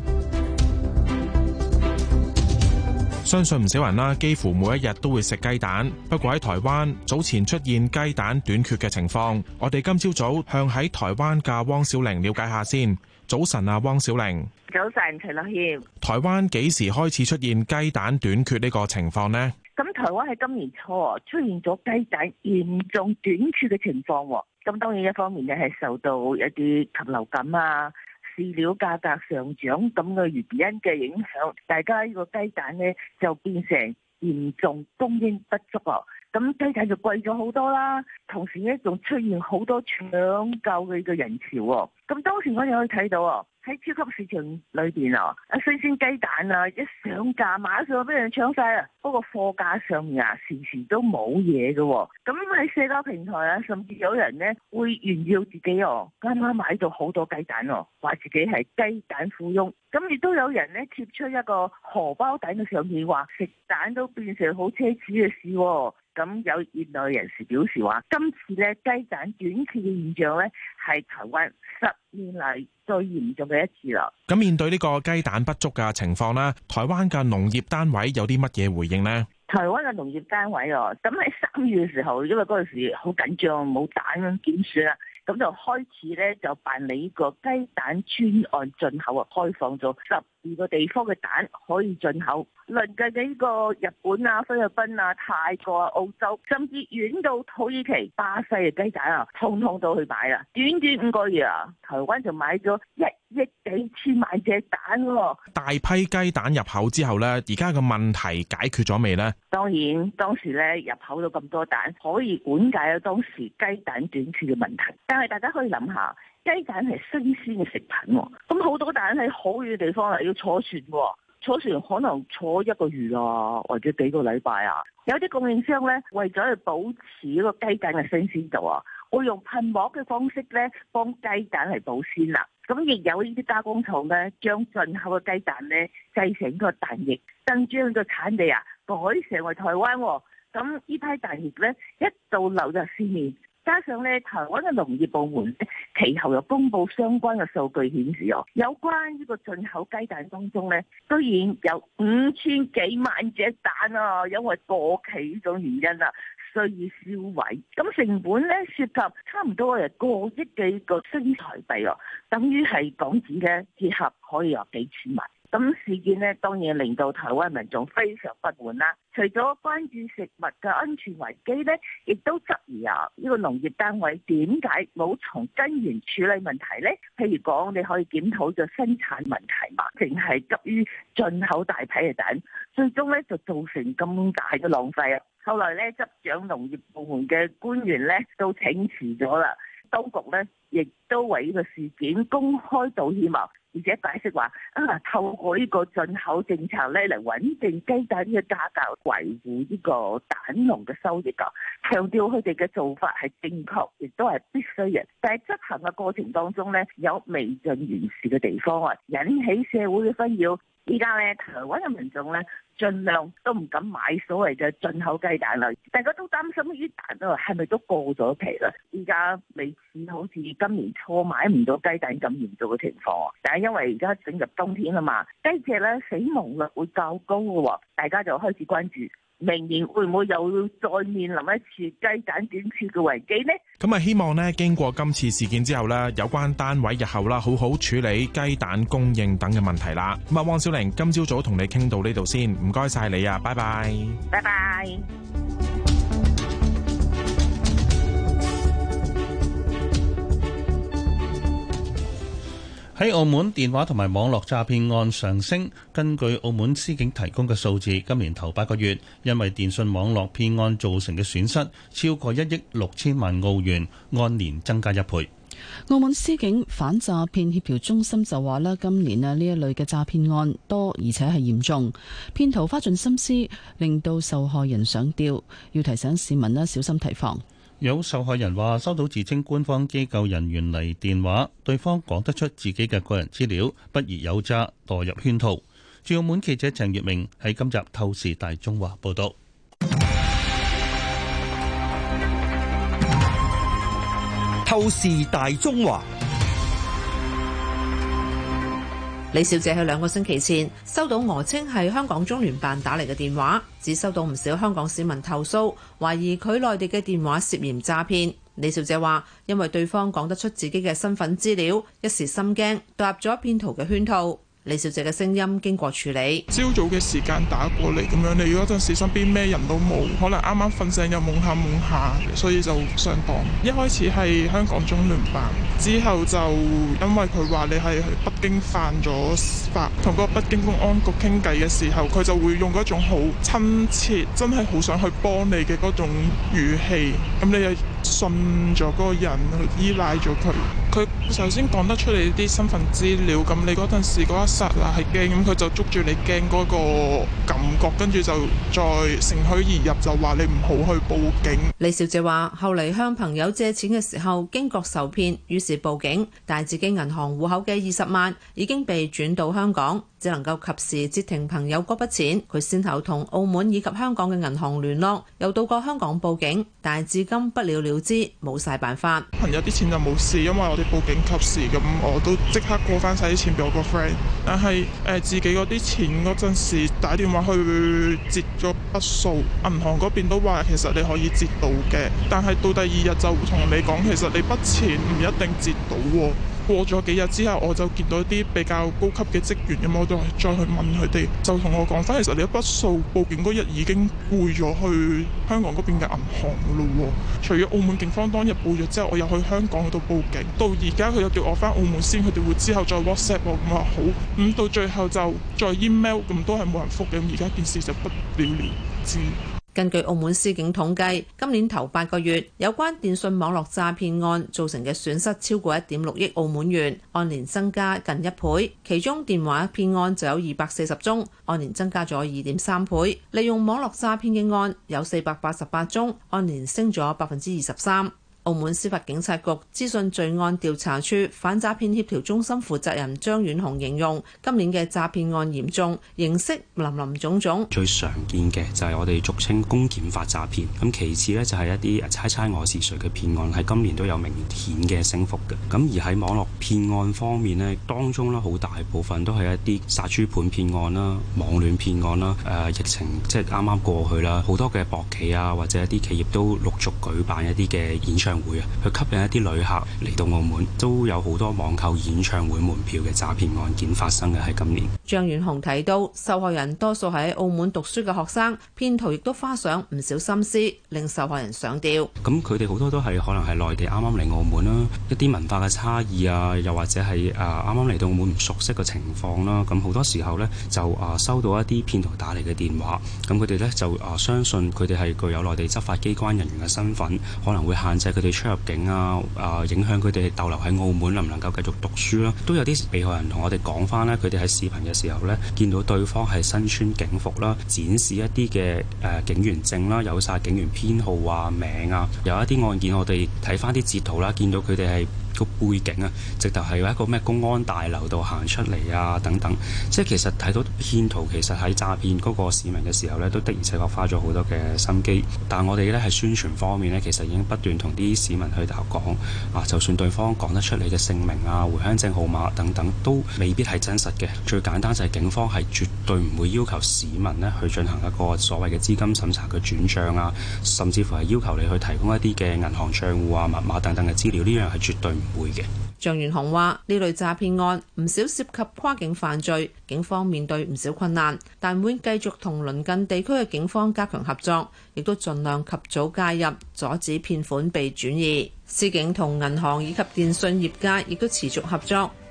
Speaker 19: 相信唔少人啦，幾乎每一日都會食雞蛋。不過喺台灣早前出現雞蛋短缺嘅情況，我哋今朝早向喺台灣嘅汪小玲了解下先。早晨啊，汪小玲。
Speaker 20: 早晨，陳樂謙。
Speaker 19: 台灣幾時開始出現雞蛋短缺呢個情況呢？
Speaker 20: 咁台灣喺今年初出現咗雞蛋嚴重短缺嘅情況。咁當然一方面咧係受到一啲禽流感啊、飼料價格上漲咁嘅原因嘅影響，大家呢個雞蛋咧就變成嚴重供應不足啊。咁雞蛋就貴咗好多啦，同時咧仲出現好多搶購嘅人潮喎。咁當時我哋可以睇到喺超級市場裏邊新鮮雞蛋一上架馬上俾人搶晒啊！不過貨架上面時時都冇嘢嘅。咁喺社交平台甚至有人會炫耀自己啱啱買到好多雞蛋話自己係雞蛋富翁。咁亦都有人貼出一個荷包蛋嘅相片，話食蛋都變成好奢侈嘅事。咁有業內人士表示話，今次雞蛋短缺嘅現象係台灣10年嚟最嚴重嘅一次啦。
Speaker 19: 咁面對呢個雞蛋不足嘅情況呢，台灣嘅農業單位有啲乜嘢回應呢？
Speaker 20: 台灣嘅農業單位咁喺3月嘅時候，因為嗰陣時好緊張，冇蛋咁點算啊？咁就開始就辦理呢個雞蛋專案進口開放咗12個地方嘅蛋可以進口。鄰近嘅呢個日本啊、菲律賓啊、泰國啊、澳洲，甚至遠到土耳其、巴西嘅雞蛋通通都去買啦。短短5個月台灣就買咗1億幾千萬隻蛋喎。
Speaker 19: 大批雞蛋入口之後呢，而家嘅問題解決咗未呢？
Speaker 20: 當然，當時入口咗咁多蛋，可以緩解咗當時雞蛋短缺嘅問題。但係大家可以諗下，雞蛋係新鮮嘅食品，咁好多蛋喺好遠嘅地方要坐船，坐船可能坐1個月或者幾個禮拜有啲供應商為咗去保持呢個雞蛋嘅新鮮度會用噴膜嘅方式幫雞蛋嚟保鮮啦。咁亦有呢啲加工廠將進口嘅雞蛋製成個蛋液，更將個產地改成為台灣。咁呢批蛋液一度流入市面。加上台灣嘅農業部門其後又公布相關嘅數據顯示有關呢個進口雞蛋當中居然有5000幾萬隻蛋因為過期呢種原因需要銷毀。咁成本涉及差唔多過億幾個新台幣等於係港紙折合可以有幾千萬。咁事件當然令到台灣民眾非常不滿啦。除咗關注食物嘅安全危機亦都質疑呢個農業單位點解冇從根源處理問題呢？譬如講，你可以檢討咗生產問題嘛，淨係急於進口大批嘅蛋，最終就造成咁大嘅浪費啊！後來執掌農業部門嘅官員都請辭咗啦，當局亦都為呢個事件公開道歉而且解釋話透過呢個進口政策嚟穩定雞蛋嘅價格，維護呢個蛋農嘅收益強調佢哋嘅做法係正確，亦都係必須嘅。但係執行嘅過程當中有未盡完善嘅地方引起社會嘅紛擾。依家台灣嘅民眾盡量都唔敢買所謂嘅進口雞蛋啦，大家都擔心呢啲蛋係咪都過咗期啦？依家未似好似今年初買唔到雞蛋咁嚴重嘅情況，但係因為而家進入冬天啦嘛，雞隻死亡率會較高嘅，大家就開始關注明年會唔會又再面臨一次雞蛋短缺嘅危機呢？
Speaker 19: 咁希望經過今次事件之後有關單位日後好好處理雞蛋供應等嘅問題啦。咁汪小玲，今朝早同你傾到呢度先，唔該晒你拜拜。
Speaker 20: 拜拜。
Speaker 4: 喺澳門電話同埋網絡詐騙案上升，根據澳門司警提供嘅數字，今年頭8個月，因為電信網絡騙案造成嘅損失超過1億6千萬澳元，按年增加1倍。
Speaker 3: 澳門司警反詐騙協調中心就話咧，今年呢一類嘅詐騙案多，而且係嚴重，騙徒花盡心思，令到受害人上吊，要提醒市民小心提防。
Speaker 4: 有受害人話收到自稱官方機構人員嚟電話，對方講得出自己嘅個人資料，不疑有詐，墮入圈套。駐澳門記者鄭月明喺今集《透視大中華》報道。
Speaker 5: 透視大中華。
Speaker 21: 李小姐喺2個星期前收到訛稱係香港中聯辦打嚟嘅電話，只收到唔少香港市民投訴，懷疑佢內地嘅電話涉嫌詐騙。李小姐話，因為對方講得出自己嘅身份資料，一時心驚，墮入咗騙徒嘅圈套。李小姐嘅聲音經過處理。
Speaker 22: 朝早嘅時間打過嚟咁樣，你嗰陣時身邊咩人都冇，可能啱啱瞓醒又懵下，所以就上當。一開始係香港中聯辦，之後就因為佢話你係去北京犯咗法，同嗰個北京公安局傾偈嘅時候，佢就會用嗰種好親切，真係好想去幫你嘅嗰種語氣，咁你又信咗嗰個人，依賴咗佢。佢首先講得出你啲身份資料，咁你嗰陣時嗰一剎那係驚，咁佢就捉住你驚嗰個感覺，跟住就再乘虛而入，就話你唔好去報警。
Speaker 21: 李小姐話後嚟向朋友借錢嘅時候驚覺受騙，於是報警，但係自己銀行戶口嘅20萬已經被轉到香港，只能夠及時截停朋友嗰筆錢。佢先後同澳門以及香港嘅銀行聯絡，又到過香港報警，但係至今不了了之，冇晒辦法。
Speaker 22: 朋友啲錢就冇事，因為我哋報警及時，咁我都即刻過翻晒啲錢俾我個 friend。但係自己嗰啲錢嗰陣時打電話去截咗筆數，銀行嗰邊都話其實你可以截到嘅，但係到第2日就同你講，其實你筆錢唔一定截到喎。過咗幾日之後，我就見到啲比較高級嘅職員，咁我就再去問佢哋，就同我講翻，其實你一筆數報警嗰日已經匯咗去香港嗰邊嘅銀行噶咯。除咗澳門警方當日報咗之後，我又去香港嗰度報警，到而家佢又叫我翻澳門先，佢哋會之後再 WhatsApp 我，咁話好，咁到最後就再 email， 咁都係冇人覆嘅，咁而家件事就不了了之。
Speaker 21: 根據澳門司警統計，今年頭8個月有關電信網絡詐騙案造成嘅損失超過1.6億澳門元，按年增加近1倍。其中電話騙案就有240宗，按年增加咗2.3倍。利用網絡詐騙嘅案有488宗，按年升咗23%。澳門司法警察局資訊罪案調查處反詐騙協調中心負責人張遠雄形容，今年嘅詐騙案嚴重，形式林林總總。
Speaker 23: 最常見嘅就係我哋俗稱公檢法詐騙，咁其次呢，就係一啲猜我是誰嘅騙案，喺今年都有明顯嘅升幅嘅。咁而喺網絡騙案方面呢，當中呢好大部分都係一啲殺豬盤騙案啦、網戀騙案啦。疫情即係啱啱過去啦，好多嘅博企啊或者一啲企業都陸續舉辦一啲嘅演唱會啊，去吸引一啲旅客嚟到澳門，都有好多網購演唱會門票嘅詐騙案件發生嘅喺今年。
Speaker 21: 張遠雄提到，受害人多數係喺澳門讀書嘅學生，騙徒亦都花上唔少心思，令受害人上吊。
Speaker 23: 咁佢哋好多都係可能係內地啱啱嚟澳門啦，一啲文化嘅差異啊，又或者係啱啱嚟到澳門唔熟悉嘅情況啦。咁好多時候呢，就收到一啲騙徒打嚟嘅電話，咁佢哋呢，就相信佢哋係具有內地執法機關人員嘅身份，可能會限制佢哋出入境啊，影響佢哋逗留喺澳門能唔能夠繼續讀書啦。都有啲被害人同我哋講翻呢，佢哋喺視頻嘅時候呢，見到對方係身穿警服啦，展示一啲嘅警員證啦，有晒警員編號啊、名啊，有一啲案件我哋睇翻啲截圖啦，見到佢哋係個背景啊，直頭係有一個咩公安大樓度行出嚟啊等等，即係其實睇到騙徒其實喺詐騙嗰個市民嘅時候呢，都的而且確花咗好多嘅心機。但係我哋呢喺宣傳方面呢，其實已經不斷同啲市民去講就算對方講得出你嘅姓名啊、回鄉證號碼等等，都未必係真實嘅。最簡單就係警方係絕對唔會要求市民呢去進行一個所謂嘅資金審查嘅轉帳啊，甚至乎係要求你去提供一啲嘅銀行帳戶啊、密碼等等嘅資料，呢樣係絕對唔會嘅。
Speaker 21: 張元雄話：呢類詐騙案唔少涉及跨境犯罪，警方面對唔少困難，但會繼續同鄰近地區嘅警方加強合作，亦都盡量及早介入，阻止騙款被轉移。司警同銀行以及電信業界亦都持續合作，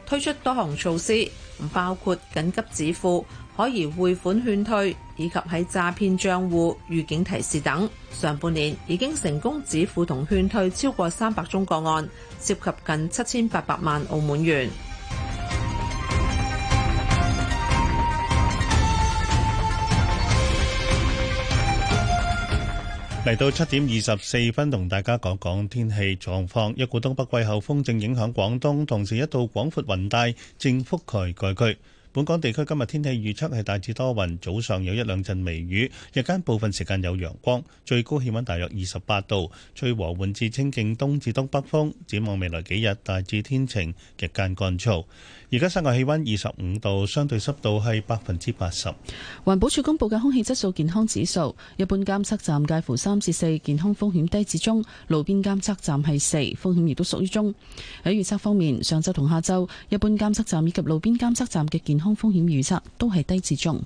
Speaker 21: 推出多項措施，包括緊急止付、可疑匯款勸退以及喺詐騙帳戶預警提示等。上半年已經成功止付同勸退超過300宗個案，涉及近7800萬澳門元。
Speaker 4: 嚟到7點24分，同大家講講天氣狀況。一股東北季候風正影響廣東，同時一道廣闊雲帶正覆蓋該區。本港地區今日天氣預測係大致多雲，早上有一兩陣微雨，日間部分時間有陽光，最高氣溫大約28度，吹和緩至清勁東至東北風。展望未來幾日大致天晴，日間乾燥。而家室外氣溫25度，相對濕度係80%。
Speaker 3: 環保署公布嘅空氣質素健康指數，一般監測站介乎3至4，健康風險低至中；路邊監測站係4，風險亦都屬於中。喺預測方面，上晝同下晝，一般監測站以及路邊監測站嘅健康風險預測都係低至中。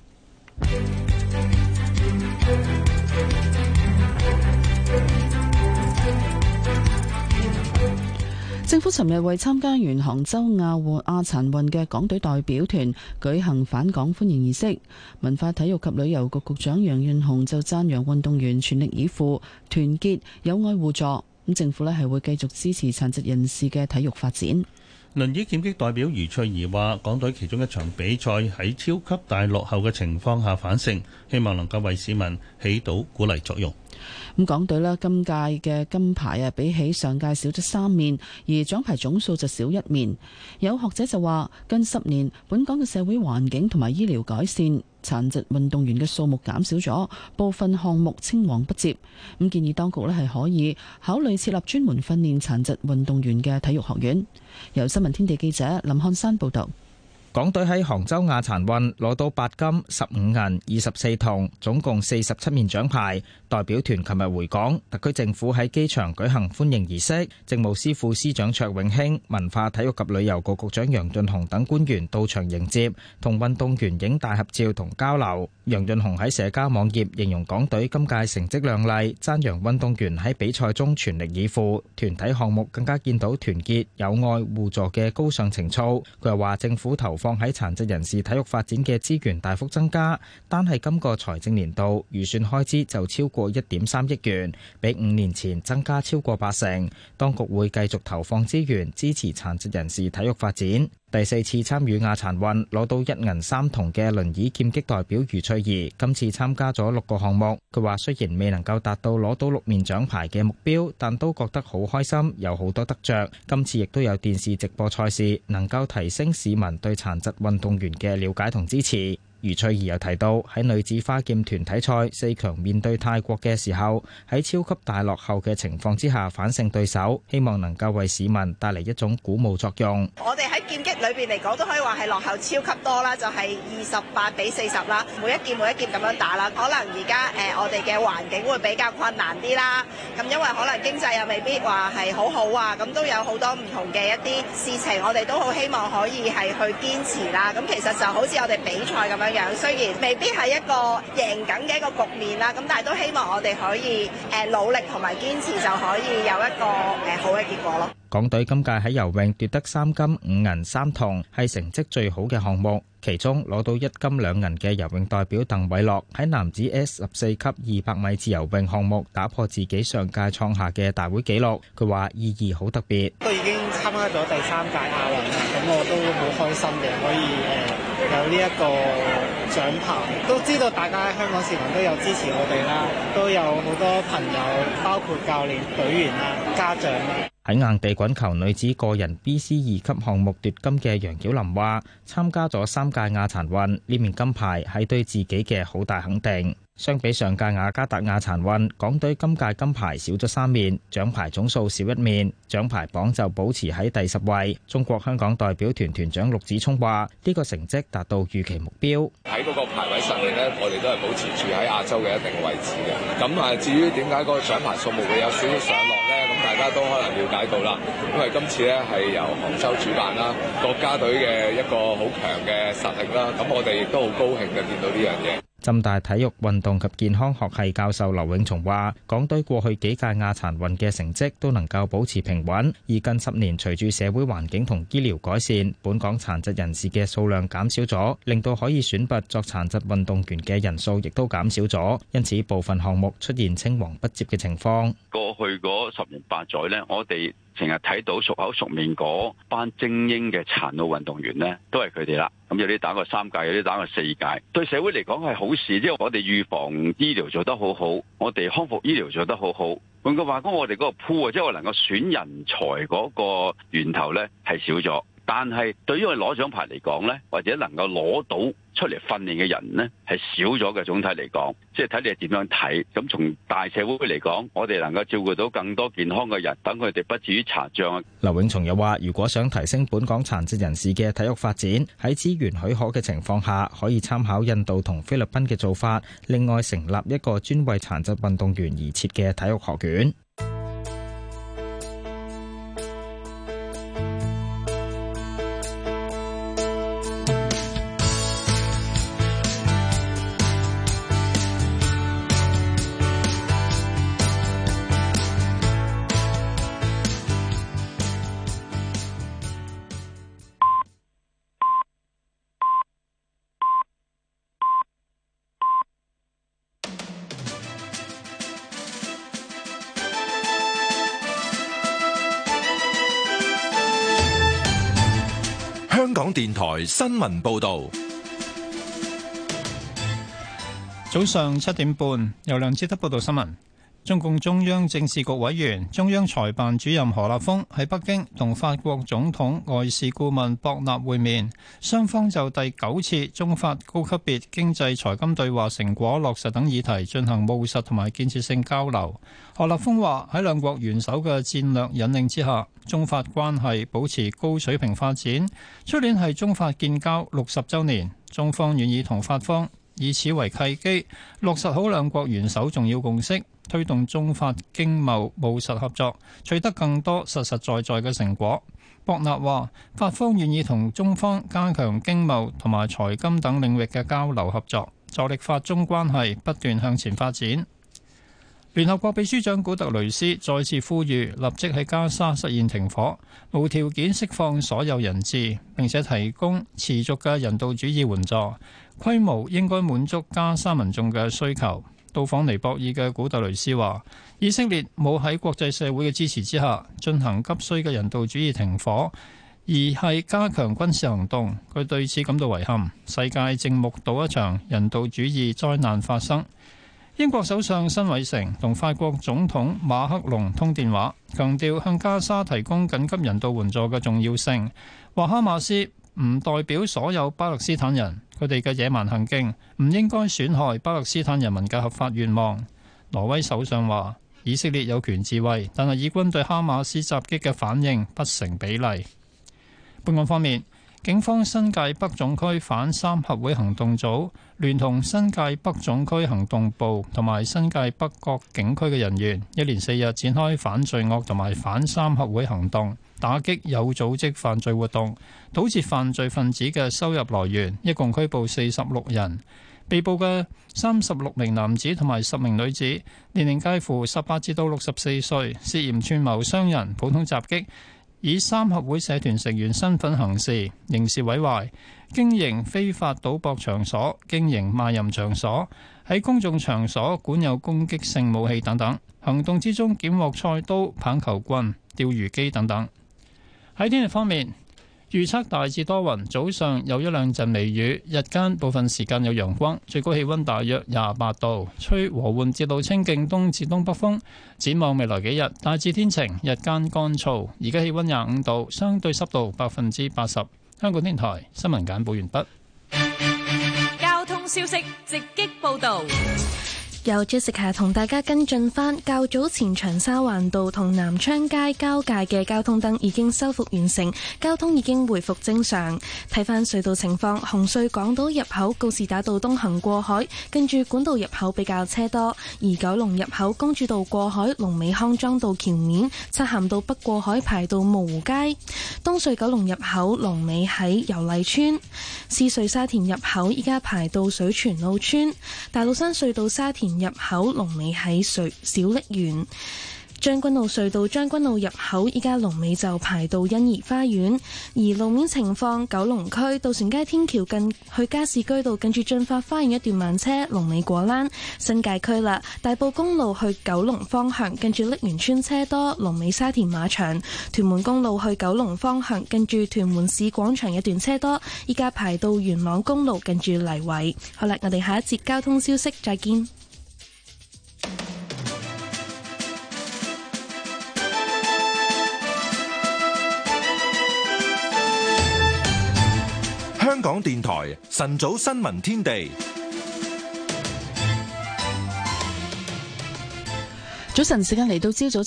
Speaker 3: 政府尋日為參加完杭州亞殘運嘅港隊代表團舉行返港歡迎儀式。文化體育及旅遊局局長楊潤雄就讚揚運動員全力以赴、團結、友愛互助。咁政府係會繼續支持殘疾人士嘅體育發展。
Speaker 4: 輪椅劍擊代表余翠怡話：港隊其中一場比賽喺超級大落後嘅情況下反勝，希望能夠為市民起到鼓勵作用。
Speaker 3: 咁港隊咧今屆嘅金牌比起上屆少咗3面，而獎牌總數就少1面。有學者就話，近10年本港嘅社會環境同埋醫療改善，殘疾運動員嘅數目減少咗，部分項目青黃不接。咁建議當局咧係可以考慮設立專門訓練殘疾運動員嘅體育學院。由新聞天地記者林漢山報道。
Speaker 7: 港隊喺杭州亞殘運攞到8金、15銀、24銅，總共47面獎牌。代表團琴日回港，特區政府喺機場舉行歡迎儀式，政務司副司長卓永興、文化體育及旅遊局局長楊潤雄等官員到場迎接，同運動員影大合照同交流。楊潤雄喺社交網頁形容港隊今屆成績亮麗，讚揚運動員喺比賽中全力以赴，團體項目更加見到團結、友愛、互助嘅高尚情操。佢又話政府投放喺殘疾人士體育發展嘅資源大幅增加，單係今個財政年度預算開支就超過1.3億元，比5年前增加超過80%。當局會繼續投放資源支持殘疾人士體育發展。第4次參與亞殘運攞到1銀3銅嘅輪椅劍擊代表余翠怡，今次參加咗6個項目。佢話雖然未能夠達到攞到6面獎牌嘅目標，但都覺得好開心，有好多得着。今次亦都有電視直播賽事，能夠提升市民對殘疾運動員嘅了解同支持。余翠怡又提到，喺女子花劍團體賽4強面對泰國嘅時候，喺超級大落後嘅情況之下反勝對手，希望能夠為市民帶嚟一種鼓舞作用。
Speaker 8: 我哋喺劍擊裏邊嚟講都可以話係落後超級多啦，就係28比40啦，每一劍咁樣打啦。可能而家我哋嘅環境會比較困難啲啦，咁因為可能經濟又未必話係好好啊，咁都有好多唔同嘅一啲事情，我哋都好希望可以係去堅持啦。咁其實就好似我哋比賽咁樣。雖然未必係一個贏緊嘅一個局面啦，咁但係都希望我哋可以努力同埋堅持，就可以有一個好嘅結果咯。
Speaker 7: 港隊今屆喺游泳奪得3金5銀3銅，係成績最好嘅項目。其中攞到1金2銀嘅游泳代表鄧偉樂喺男子 S14級200米自由泳項目打破自己上屆創下嘅大會紀錄。佢話意義好特別，
Speaker 9: 都已經參加咗第3屆亞運啦，咁我都好開心嘅，可以有呢一個獎牌。都知道大家香港市民都有支持我哋啦，都有好多朋友，包括教練、隊員啦、家長啦。
Speaker 7: 喺硬地滾球女子個人 BC 2級項目奪金嘅楊曉琳話，參加咗3屆亞殘運，呢面金牌係對自己嘅好大肯定。相比上屆雅加達亞殘運，港隊今屆金牌少咗3面，獎牌總數少1面，獎牌榜就保持喺第10位。中國香港代表團團長陸子聰話：呢個成績達到預期目標。
Speaker 24: 喺嗰個排位上面呢，我哋都係保持住喺亞洲嘅一定位置嘅。咁至於點解嗰個獎牌數目會有少少上落呢？咁大家都可能了解到啦，因為今次呢係由杭州主辦啦，國家隊嘅一個好強嘅實力啦。咁我哋亦都好高興嘅見到呢樣嘢。
Speaker 7: 浸大體育運動及健康學系教授劉永松話，港隊過去幾屆亞殘運嘅成績都能夠保持平穩，而近10年隨住社會環境同醫療改善，本港殘疾人士嘅數量減少咗，令到可以選拔作殘疾運動員嘅人數亦都減少咗，因此部分項目出現青黃不接嘅情況。
Speaker 2: 過去嗰10年8載呢，我哋成日睇到熟口熟面嗰班精英嘅殘奧運動員呢，都係佢哋啦。咁有啲打過3屆，有啲打過4屆，對社會嚟講係好事，即係我哋預防醫療做得好好，我哋康復醫療做得好好。換句話講，我哋嗰個鋪啊，即係我能夠選人才嗰個源頭呢，係少咗。但係對於我哋攞獎牌嚟講呢，或者能夠攞到出嚟訓練嘅人呢，係少咗嘅。總體嚟講，即係睇你係點樣睇。咁從大社會嚟講，我哋能夠照顧到更多健康嘅人，等佢哋不至於殘障。
Speaker 7: 劉永松又話，如果想提升本港殘疾人士嘅體育發展，喺資源許可嘅情況下，可以參考印度同菲律賓嘅做法。另外，成立一個專為殘疾運動員而設嘅體育學院。
Speaker 1: 香港電台新聞報道，
Speaker 18: 早上7點半，由梁志德報道新聞。中共中央政治局委員、中央財辦主任何立峰喺北京同法國總統外事顧問博納會面，雙方就第9次中法高級別經濟財金對話成果落實等議題進行務實同埋建設性交流。何立峰話，喺兩國元首嘅戰略引領之下，中法關係保持高水平發展。出年係中法建交60週年，中方願意同法方以此為契機，落實好兩國元首重要共識，推動中法經貿務實合作，取得更多實實在在嘅成果。博納話，法方願意同中方加強經貿同埋財金等領域嘅交流合作，助力法中關係不斷向前發展。聯合國秘書長古特雷斯再次呼籲立即喺加沙實現停火，無條件釋放所有人質，並且提供持續嘅人道主義援助，規模應該滿足加沙民眾嘅需求。到訪尼泊爾嘅古特雷斯話，以色列冇喺國際社會嘅支持之下進行急需嘅人道主義停火，而係加強軍事行動。佢對此感到遺憾。世界正目睹一場人道主義災難發生。英國首相辛偉誠同法國總統馬克龍通電話，強調向加沙提供緊急人道援助嘅重要性。話哈馬斯唔代表所有巴勒斯坦人，佢哋嘅野蠻行徑唔應該損害巴勒斯坦人民嘅合法願望。挪威首相話，以色列有權自衛，但係以軍對哈馬斯襲擊嘅反應不成比例。本港方面，警方新界北總區反三合會行動組聯同新界北總區行動部同埋新界北各警區嘅人員，一連4日展開反罪惡同埋反三合會行動，打擊有組織犯罪活動，堵截犯罪分子嘅收入來源，一共拘捕46人。被捕嘅36名男子同埋10名女子，年齡介乎18至到64歲，涉嫌串謀傷人、普通襲擊，以三合會社團成員身份行事，刑事毀壞、經營非法賭博場所、經營賣淫場所、喺公眾場所管有攻擊性武器等等。行動之中檢獲菜刀、棒球棍、釣魚機等等。喺天氣方面，預測大致多雲，早上有一兩陣微雨，日間部分時間有陽光，最高氣溫大約28度，吹和緩至到清勁東至東北風。展望未來幾日，大致天晴，日間乾燥。而家氣溫25度，相對濕度80%。香港電台新聞簡報完畢。
Speaker 13: 交通消息直擊報道。
Speaker 10: 由 Jessica 同大家跟進返，較早前長沙灣道同南昌街交界嘅交通燈已經修復完成，交通已經回復正常。睇返隧道情況，紅隧港島入口告士打道東行過海，跟住管道入口比較車多；而九龍入口公主道過海，龍尾康莊道橋面，漆咸道北過海排到蕪湖街。東隧九龍入口龍尾喺油麗邨，獅隧沙田入口依家排到水泉澳村，大老山隧道沙田入口龍尾喺小瀝源，將軍澳隧道將軍澳入口依家龍尾就排到欣怡花園。而路面情況，九龍區渡船街天橋近去加士居道近住進發花園一段慢車，龍尾果欄。新界區啦，大埔公路去九龍方向近住瀝源村車多，龍尾沙田馬場。屯門公路去九龍方向近住屯門市廣場一段車多，依家排到元朗公路近住泥圍。好啦，我哋下一節交通消息再見。
Speaker 1: 香港電台晨早新聞天地，
Speaker 3: 早晨時間嚟到朝早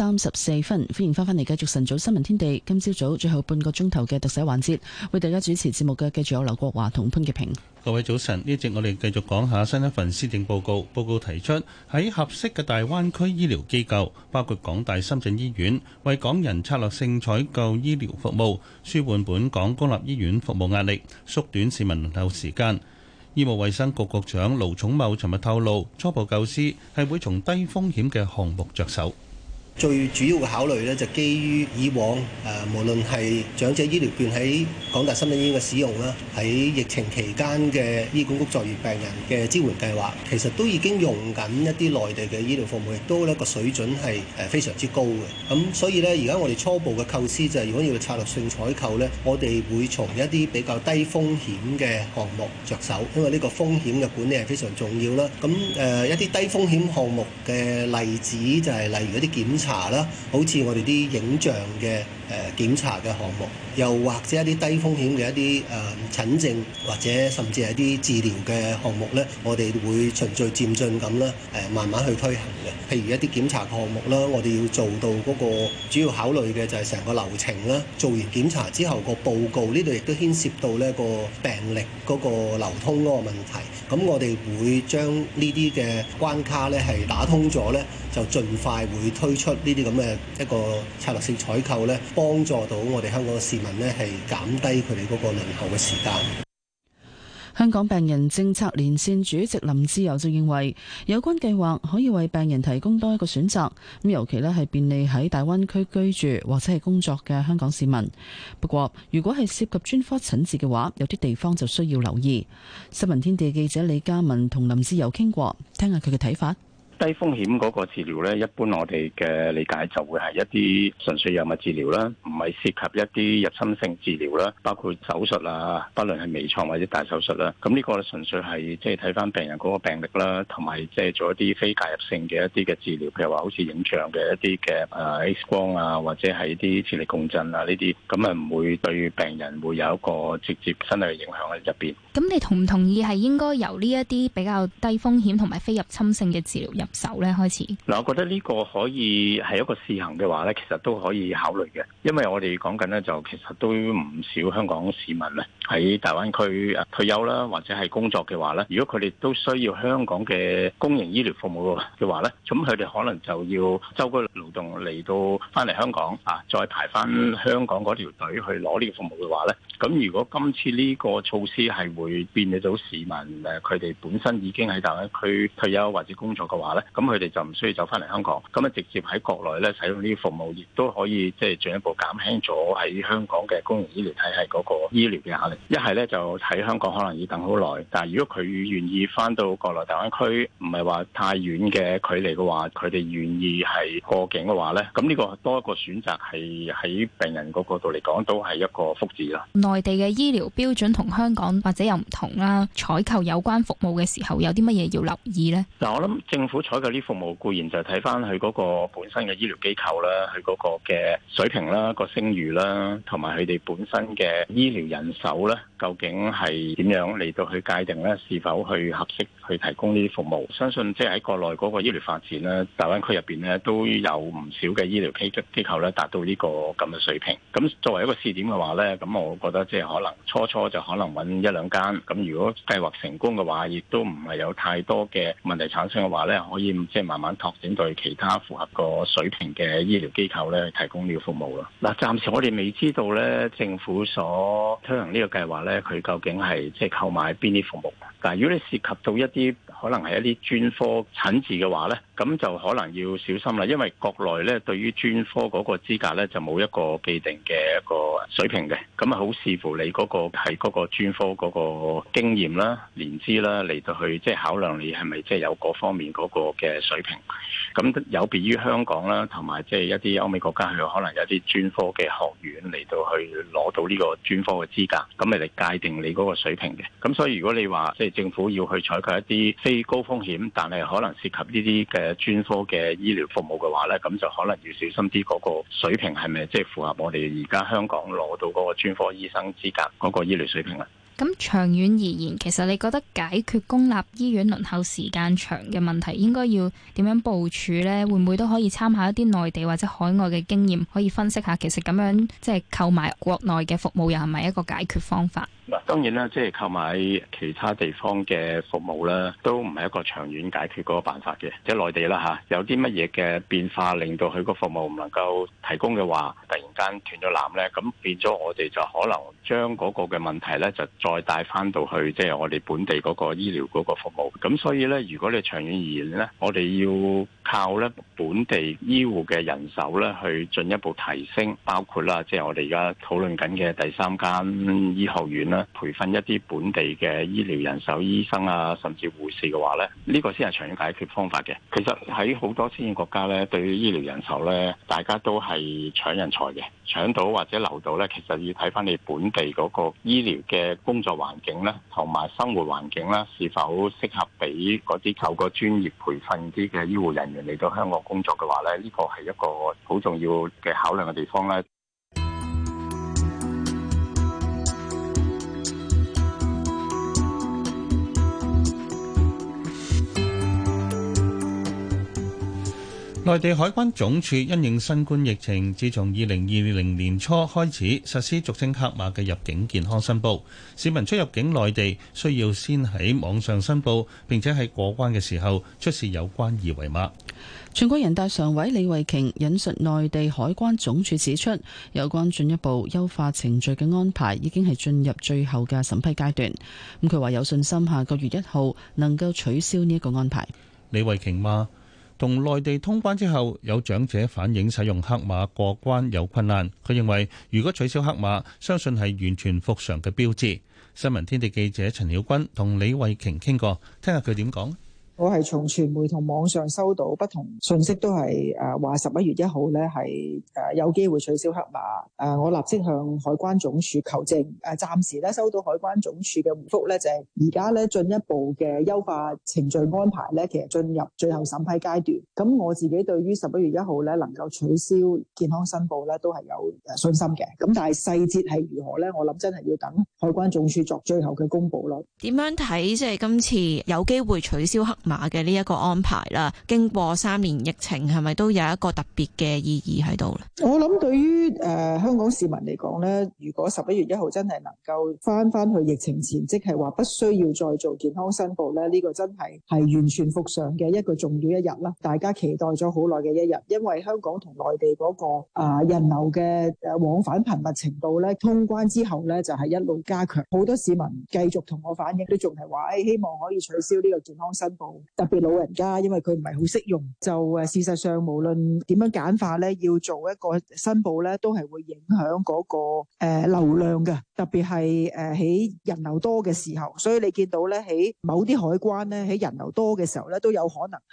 Speaker 3: 7:34，歡迎翻返嚟繼續晨早新聞天地。今朝早最後半個鐘頭嘅特寫環節，為大家主持節目嘅繼續有劉國華同潘潔平。
Speaker 4: 各位早晨，呢一節我哋繼續講下新一份施政報告。報告提出喺合適嘅大灣區醫療機構，包括港大深圳醫院，為港人策略性採購醫療服務，舒緩本港公立醫院服務壓力，縮短市民輪候時間。醫務衛生局局長盧寵茂尋日透露，初步構思係會從低風險嘅項目着手。
Speaker 11: 最主要嘅考慮咧，就基於以往無論係長者醫療券喺港大深圳醫院嘅使用啦，喺疫情期間嘅醫管局在粵病人嘅支援計劃，其實都已經用緊一啲內地嘅醫療服務，亦都呢個水準係非常之高嘅。咁所以呢，而家我哋初步嘅構思就係，如果要策略性採購呢，我哋會從一啲比較低風險嘅項目着手，因為呢個風險嘅管理係非常重要啦。咁一啲低風險項目嘅例子就係例如一啲檢查啦，好似我哋啲影像嘅檢查嘅項目，又或者一啲低風險嘅一啲診症，或者甚至係一啲治療嘅項目呢，我哋會循序漸進咁啦，慢慢去推行嘅。譬如一啲檢查項目啦，我哋要做到嗰個主要考慮嘅就係成個流程啦。做完檢查之後個報告，呢度亦都牽涉到呢個病歷嗰個流通嗰個問題。咁我哋會將呢啲嘅關卡呢係打通咗呢，就盡快會推出呢啲咁嘅一個策略性採購呢，幫助到我哋香港嘅市民呢係減低佢哋嗰個輪候嘅時間。
Speaker 3: 香港病人政策連線主席林志釉就認為，有關計劃可以為病人提供多一個選擇，咁尤其係便利喺大灣區居住或者係工作嘅香港市民。不過，如果係涉及專科診治嘅話，有啲地方就需要留意。新聞天地記者李嘉文同林志釉傾過，聽下佢嘅睇法。
Speaker 14: 低風險嗰個治療呢，一般我哋嘅理解就會係一啲純粹藥物治療啦，唔係涉及一啲入侵性治療啦，包括手術啊，不論係微創或者大手術啦。咁呢個純粹係即係睇翻病人嗰個病歷啦，同埋即係做一啲非介入性嘅一啲嘅治療，譬如話好似影像嘅一啲嘅X 光啊，或者係啲磁力共振啊呢啲，咁啊唔會對病人會有一個直接身體嘅影響喺入邊。
Speaker 16: 咁你同唔同意係應該由呢一啲比較低風險同埋非入侵性嘅治療入手咧開始？
Speaker 14: 嗱，我覺得呢個可以係一個試行嘅話咧，其實都可以考慮嘅，因為我哋講緊咧就其實都唔少香港市民咧喺大灣區退休啦，或者係工作嘅話咧，如果佢哋都需要香港嘅公營醫療服務嘅話咧，咁佢哋可能就要周居勞動嚟到翻嚟香港啊，再排翻香港嗰條隊去攞呢個服務嘅話咧，咁如果今次呢個措施係會便利到市民佢哋本身已經喺大灣區退休或者工作嘅話咧，咁佢哋就唔需要走翻嚟香港，咁啊直接喺國內咧使用呢啲服務，亦都可以即係進一步減輕咗喺香港嘅公營醫療體系嗰個醫療嘅壓力。一係咧就喺香港可能要等好耐，但係如果佢願意翻到國內大灣區，唔係話太遠嘅距離嘅話，佢哋願意係過境嘅話咧，咁呢個多一個選擇係喺病人嗰個度嚟講都係一個福祉啦。
Speaker 16: 內地嘅醫療標準同香港或者又唔同啦，採購有關服務嘅時候有啲乜嘢要留意呢？
Speaker 14: 嗱，我諗政府採購啲服務固然就睇翻佢嗰個本身嘅醫療機構啦，佢嗰個嘅水平啦、個聲譽啦，同埋佢哋本身嘅醫療人手咧，究竟係點樣嚟到去界定咧？是否去合適去提供呢啲服務？相信即係喺國內嗰個醫療發展咧，大灣區入邊咧都有唔少嘅醫療機構咧達到呢個咁嘅水平。咁作為一個試點嘅話咧，咁我覺得即係可能初就可能揾一兩間。咁如果計劃成功嘅話，亦都唔係有太多嘅問題產生嘅話咧，可以即係慢慢拓展對其他符合個水平嘅醫療機構咧提供呢個服務咯。嗱，暫時我哋未知道咧政府所推行呢個計劃咧，佢究竟係即係購買邊啲服務。但係如果你涉及到一啲可能係一啲專科診治嘅話咧，咁就可能要小心啦，因為國內咧對於專科嗰個資格咧就冇一個既定嘅一個水平嘅，咁啊好視乎你嗰個係嗰個專科嗰個經驗啦、年資啦嚟到去即係考量你係咪即係有嗰方面嗰個嘅水平。咁有別於香港啦，同埋即係一啲歐美國家，佢可能有啲專科嘅學院嚟到去攞到呢個專科嘅資格，咁嚟界定你嗰個水平嘅。咁所以如果你話即係政府要去採購一啲非高風險，但係可能涉及呢啲嘅專科嘅醫療服務嘅話咧，咁就可能要小心啲嗰個水平係咪即係符合我哋而家香港攞到嗰個專科醫生資格嗰個醫療水平啊？
Speaker 16: 咁長遠而言，其實你覺得解決公立醫院輪候時間長嘅問題，應該要點樣部署呢？會唔會都可以參考一啲內地或者海外嘅經驗，可以分析下其實咁樣即係購買國內嘅服務又係咪一個解決方法？
Speaker 14: 嗱，當然啦，即係購買其他地方嘅服務咧，都唔係一個長遠解決嗰個辦法嘅。即係內地啦嚇，有啲乜嘢嘅變化令到佢個服務唔能夠提供嘅話，突然間斷咗纜咧，咁變咗我哋就可能將嗰個嘅問題咧，就再帶翻到去即係我哋本地嗰個醫療嗰個服務。咁所以咧，如果你長遠而言咧，我哋要靠咧本地醫護嘅人手咧，去進一步提升，包括啦，即係我哋而家討論緊嘅第3間醫學院啦，培訓一啲本地嘅醫療人手、醫生啊，甚至護士嘅話咧，呢個先係長遠解決方法嘅。其實喺好多先進國家咧，對於醫療人手咧，大家都係搶人才嘅，搶到或者留到咧，其實要睇翻你本地嗰個醫療嘅工作環境咧，同埋生活環境啦，是否適合俾嗰啲透過專業培訓啲嘅醫護人員嚟到香港工作嘅話咧，呢個係一個好重要嘅考量嘅地方咧。
Speaker 4: 內地海關總署因應新冠疫情，自從2020年初開始實施俗稱黑碼嘅入境健康申報。市民出入境內地需要先喺網上申報，並且喺過關嘅時候出示有關二維碼。
Speaker 3: 全國人大常委李慧瓊引述內地海關總署指出，有關進一步優化程序嘅安排已經係進入最後嘅審批階段。咁佢話有信心下個月1號能夠取消呢一個安排。
Speaker 4: 李慧瓊話，同內地通關之後，有長者反映使用黑碼過關有困難。佢認為，如果取消黑碼，相信係完全復常嘅標誌。新聞天地記者陳曉君同李慧瓊傾過，聽下佢點講。
Speaker 6: 我係從傳媒同網上收到不同信息，都係話11月1號咧係有機會取消黑碼。我立即向海關總署求證。暫時咧收到海關總署嘅回覆咧，就係而家咧進一步嘅優化程序安排咧，其實進入最後審批階段。咁我自己對於11月1號咧能夠取消健康申報咧，都係有信心嘅。咁但係細節係如何咧，我諗真係要等海關總署作最後嘅公佈咯。
Speaker 12: 點樣睇即係今次有機會取消黑碼嘅呢一個安排啦？經過3年疫情，係咪都有一個特別嘅意義喺度咧？
Speaker 6: 我諗對於香港市民嚟講咧，如果11月1號真係能夠翻去疫情前，即係話不需要再做健康申報咧，呢個真係完全復常嘅一個重要一日啦。大家期待咗好耐嘅一日，因為香港同內地嗰個人流嘅往返頻密程度咧，通關之後咧就係一路加強。好多市民繼續同我反映，都仲係話希望可以取消呢個健康申報。特別老人家，因為佢唔係好識用，就事實上無論點樣簡化咧，要做一個申報咧，都係會影響嗰個流量嘅。特別係喺人流多嘅時候，所以你見到咧喺某啲海關咧喺人流多嘅時候咧，都有可能係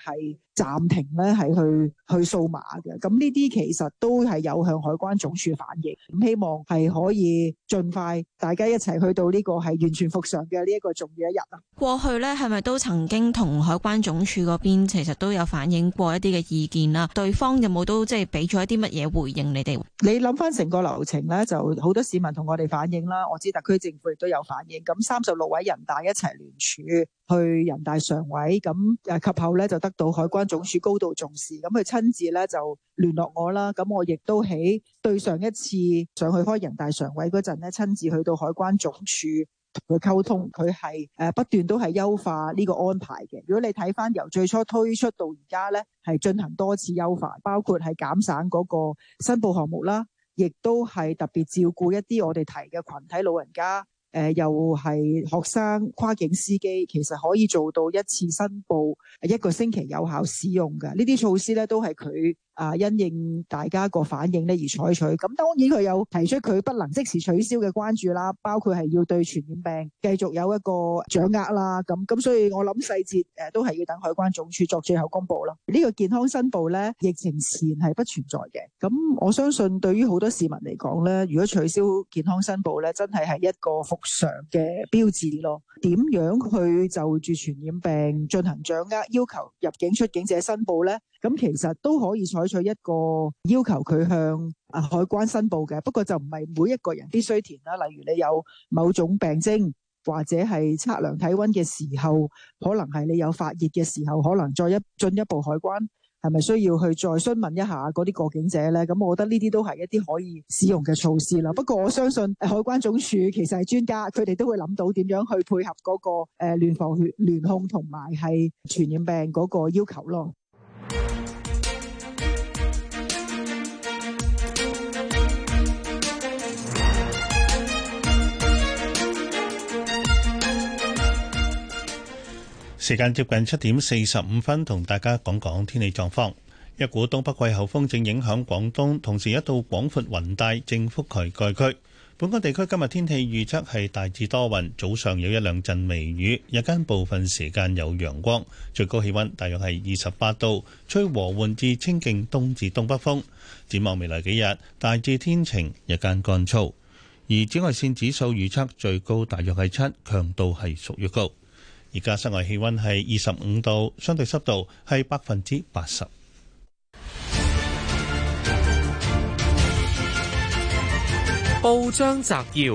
Speaker 6: 暫停咧係去掃碼嘅。咁呢啲其實都係有向海關總署反映，咁希望係可以盡快大家一齊去到呢個係完全復常嘅呢一個重要一日啦。
Speaker 12: 過去咧係咪都曾經同海關總署嗰邊其實都有反映過一啲嘅意見啦？對方有冇都即係俾咗一啲乜嘢回應你哋？
Speaker 6: 你諗翻成個流程咧，就好多市民同我哋反映啦。我知特區政府亦都有反映。咁36位人大一齊聯署去人大常委，咁及後咧就得到海關總署高度重視，咁佢親自咧就聯絡我啦。咁我亦都喺對上一次上去開人大常委嗰陣咧，親自去到海關總署同佢溝通，佢係不斷都係優化呢個安排嘅。如果你睇翻由最初推出到而家咧，係進行多次優化，包括係減省嗰個申報項目啦，亦都係特別照顧一啲我哋提嘅群體老人家。又係學生、跨境司機，其實可以做到一次申報1個星期有效使用嘅。呢啲措施咧都係佢因應大家個反應咧而採取。咁當然佢有提出佢不能即時取消嘅關注啦，包括係要對傳染病繼續有一個掌握啦。咁所以我諗細節都係要等海關總署作最後公佈啦。呢個健康申報咧，疫情前係不存在嘅。咁我相信對於好多市民嚟講咧，如果取消健康申報咧，真係一個復常嘅標誌咯。點樣去就住傳染病進行掌握，要求入境出境者申報呢？咁其實都可以採取一個要求佢向海關申報嘅，不過就唔係每一個人必須填啦。例如你有某種病徵，或者係測量體溫嘅時候，可能係你有發熱嘅時候，可能再進一步海關係咪需要去再詢問一下嗰啲過境者呢？咁我覺得呢啲都係一啲可以使用嘅措施啦。不過我相信海關總署其實係專家，佢哋都會諗到點樣去配合嗰個聯防聯控同埋係傳染病嗰個要求咯。
Speaker 4: 時間接近7點45分，同大家講講天氣狀況。一股東北季候風正影響廣東，同時一道廣闊雲帶正覆蓋該區。本港地區今日天氣預測係大致多雲，早上有一兩陣微雨，日間部分時間有陽光，最高氣溫大約係28度，吹和緩至清勁東至東北風。展望未來幾日，大致天晴，日間乾燥，而紫外線指數預測最高大約係7，強度係屬於高。而家室外氣溫係25度，相對濕度係80%。
Speaker 13: 報章摘要：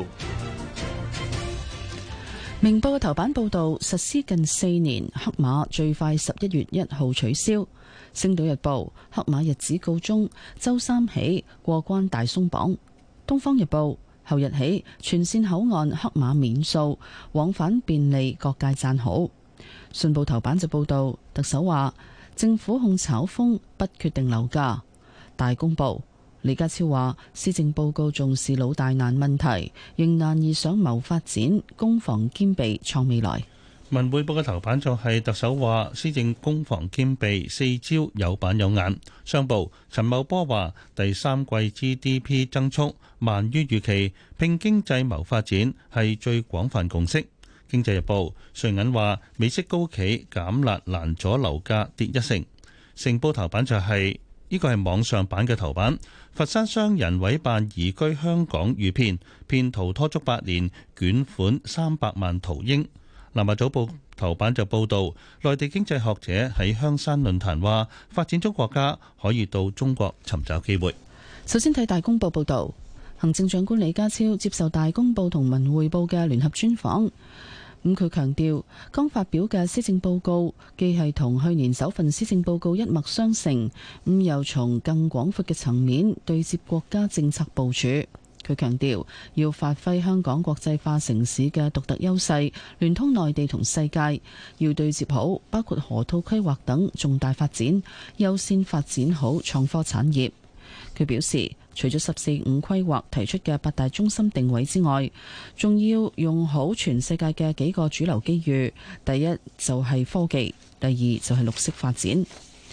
Speaker 3: 明報嘅頭版報道，實施近4年，黑碼最快11月1號取消。星島日報，黑碼日子告終，周三起過關大鬆綁。東方日報，後日起，全線口岸黑碼免掃，往返便利，各界讚好。信報頭版就報道，特首話政府控炒風，不決定樓價。大公報，李家超話施政報告重視老大難問題，仍難以想謀發展，攻防兼備創未來。
Speaker 4: 文匯報嘅頭版就係特首話施政攻防兼備，4招有板有眼。商報，陳茂波話第三季 GDP 增速慢於預期，拼經濟謀發展係最廣泛共識。經濟日報，瑞銀話美息高企，減辣難阻樓價跌1成。成報頭版就係呢個係網上版嘅頭版，佛山商人委辦移居香港遇騙，騙徒拖足8年，捲款300萬逃英。南華早報頭版就報導，內地經濟學者喺香山論壇話，發展中國家可以到中國尋找機會。
Speaker 3: 首先睇大公報報導，行政長官李家超接受大公報同文匯報嘅聯合專訪。佢強調，剛發表嘅施政報告既係同去年首份施政報告一脈相承，又從更廣闊嘅層面對接國家政策部署。佢強調要發揮香港國際化城市嘅獨特優勢，聯通內地同世界，要對接好包括河套規劃等重大發展，優先發展好創科產業。佢表示，除咗14-5規劃提出嘅8大中心定位之外，仲要用好全世界嘅幾個主流機遇。第一就係科技，第二就係綠色發展。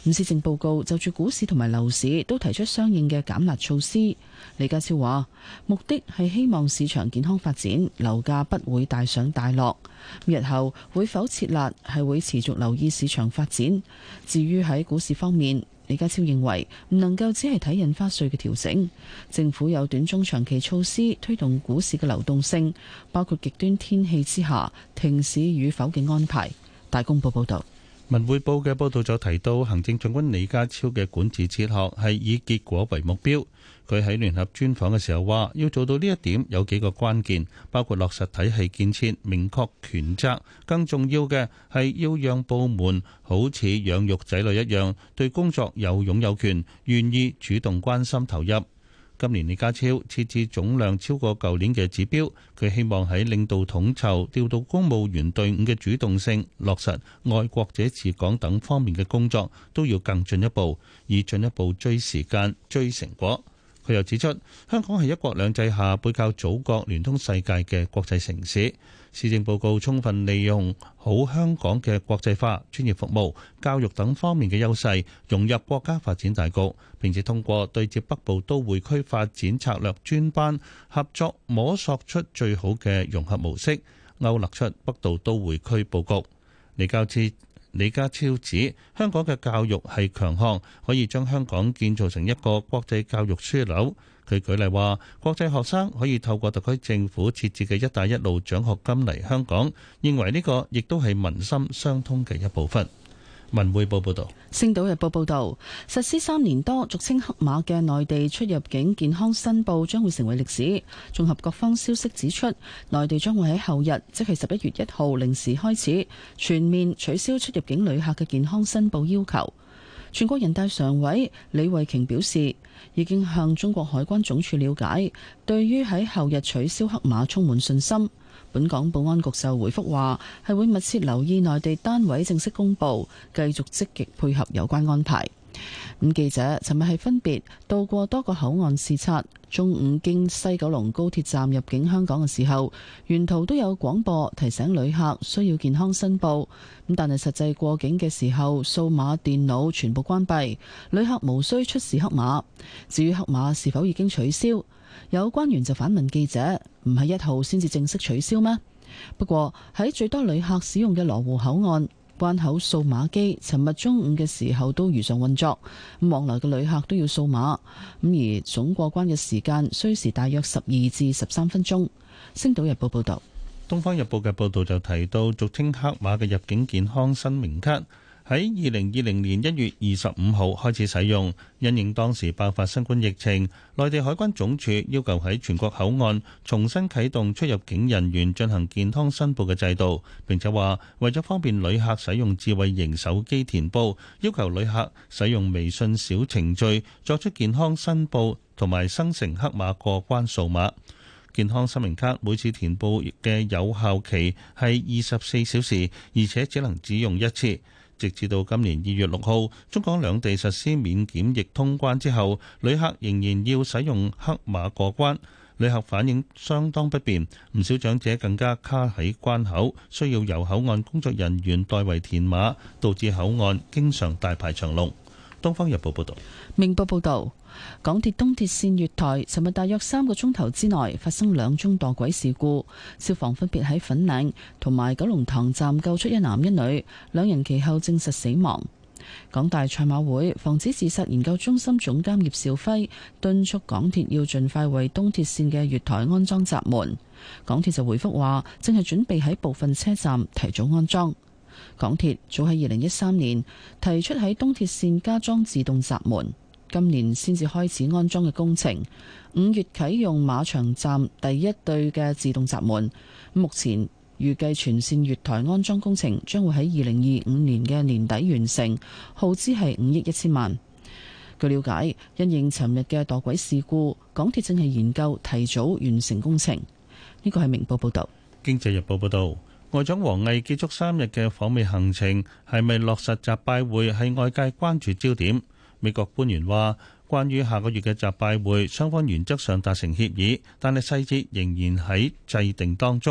Speaker 3: 施政報告就住股市同埋樓市都提出相應嘅減壓措施。李家超話，目的係希望市場健康發展，樓價不會大上大落。日後會否撤辣係會持續留意市場發展。至於喺股市方面，李家超認為唔能夠只係睇印花稅嘅調整，政府有短中長期措施推動股市嘅流動性，包括極端天氣之下停市與否嘅安排。大公報報道。
Speaker 4: 文匯報嘅報道就提到，行政長官李家超嘅管治哲學係以結果為目標。佢喺聯合專訪嘅時候話，要做到呢一點有幾個關鍵，包括落實體系建設，明確權責，更重要嘅係要讓部門好似養育仔女一樣，對工作有勇有權，願意主動關心投入。今年李家超設置總量超過舊年嘅指標，佢希望喺領導統籌、調度公務員隊伍嘅主動性、落實愛國者治港等方面嘅工作都要更進一步，以進一步追時間、追成果。佢又指出，香港係一國兩制下背靠祖國、聯通世界嘅國際城市。施政報告充分利用好香港嘅國際化、專業服務、教育等方面嘅優勢，融入國家發展大局，並且通過對接北部都會區發展策略專班合作，摸索出最好嘅融合模式，勾勒出北部都會區佈局。李家超指，香港嘅教育係強項，可以將香港建造成一個國際教育樞紐。佢舉例話，國際學生可以透過特區政府設置嘅一帶一路獎學金嚟香港，認為呢個亦都係民心相通嘅一部分。文匯報報道。
Speaker 3: 星島日報報道，實施3年多俗稱黑碼嘅內地出入境健康申報將會成為歷史。綜合各方消息指出，內地將會喺後日，即係11月1號零時開始，全面取消出入境旅客嘅健康申報要求。全國人大常委李慧瓊表示，已經向中國海關總署了解，對於喺後日取消黑碼充滿信心。本港保安局就回覆話，係會密切留意內地單位正式公佈，繼續積極配合有關安排。記者尋日係分別到過多個口岸視察，中午經西九龍高鐵站入境香港嘅時候，沿途都有廣播提醒旅客需要健康申報。但係實際過境嘅時候，數碼電腦全部關閉，旅客無需出示黑碼。至於黑碼是否已經取消，有官員就反問記者：唔係1號先至正式取消咩？不過喺最多旅客使用嘅羅湖口岸，關口掃碼機尋日中午嘅時候都如常運作，往來嘅旅客都要掃碼，而總過關嘅時間需時大約12至13分鐘。星島日報報道。
Speaker 4: 東方日報嘅報導就提到，俗稱黑碼嘅入境健康申明卡喺2020年1月25號開始使用，因應當時爆發新冠疫情，內地海關總署要求喺全國口岸重新啟動出入境人員進行健康申報嘅制度。並且話，為咗方便旅客使用智慧型手機填報，要求旅客使用微信小程序作出健康申報同埋生成黑碼過關掃碼。健康申明卡每次填報嘅有效期係24小時，而且只能只用一次。直至到今年2月6號，中港兩地實施免檢疫通關之後，旅客仍然要使用黑碼過關，旅客反應相當不便，唔少長者更加卡喺關口，需要由口岸工作人員代為填碼，導致口岸經常大排長龍。東方日報報道。
Speaker 3: 明報報道，港鐵東鐵線月台尋日大約3個鐘頭之內發生2宗墮軌事故，消防分別喺粉嶺同埋九龍塘站救出1男1女，2人其後證實死亡。港大賽馬會防止自殺研究中心總監葉兆輝敦促港鐵要盡快為東鐵線嘅月台安裝閘門。港鐵就回覆話，正係準備喺部分車站提早安裝。港鐵早喺2013年提出喺東鐵線加裝自動閘門，今年先至開始安裝嘅工程。5月啟用馬場站第1對嘅自動閘門，目前預計全線月台安裝工程將會喺2025年嘅年底完成，耗資係5億1千萬。據了解，因應尋日嘅墮軌事故，港鐵正係研究提早完成工程。呢個係明報報道。
Speaker 4: 經濟日報報道。外長王毅結束3日嘅訪美行程，係咪落實習拜會係外界關注焦點。美國官員話，關於下個月嘅習拜會，雙方原則上達成協議，但係細節仍然喺制定當中。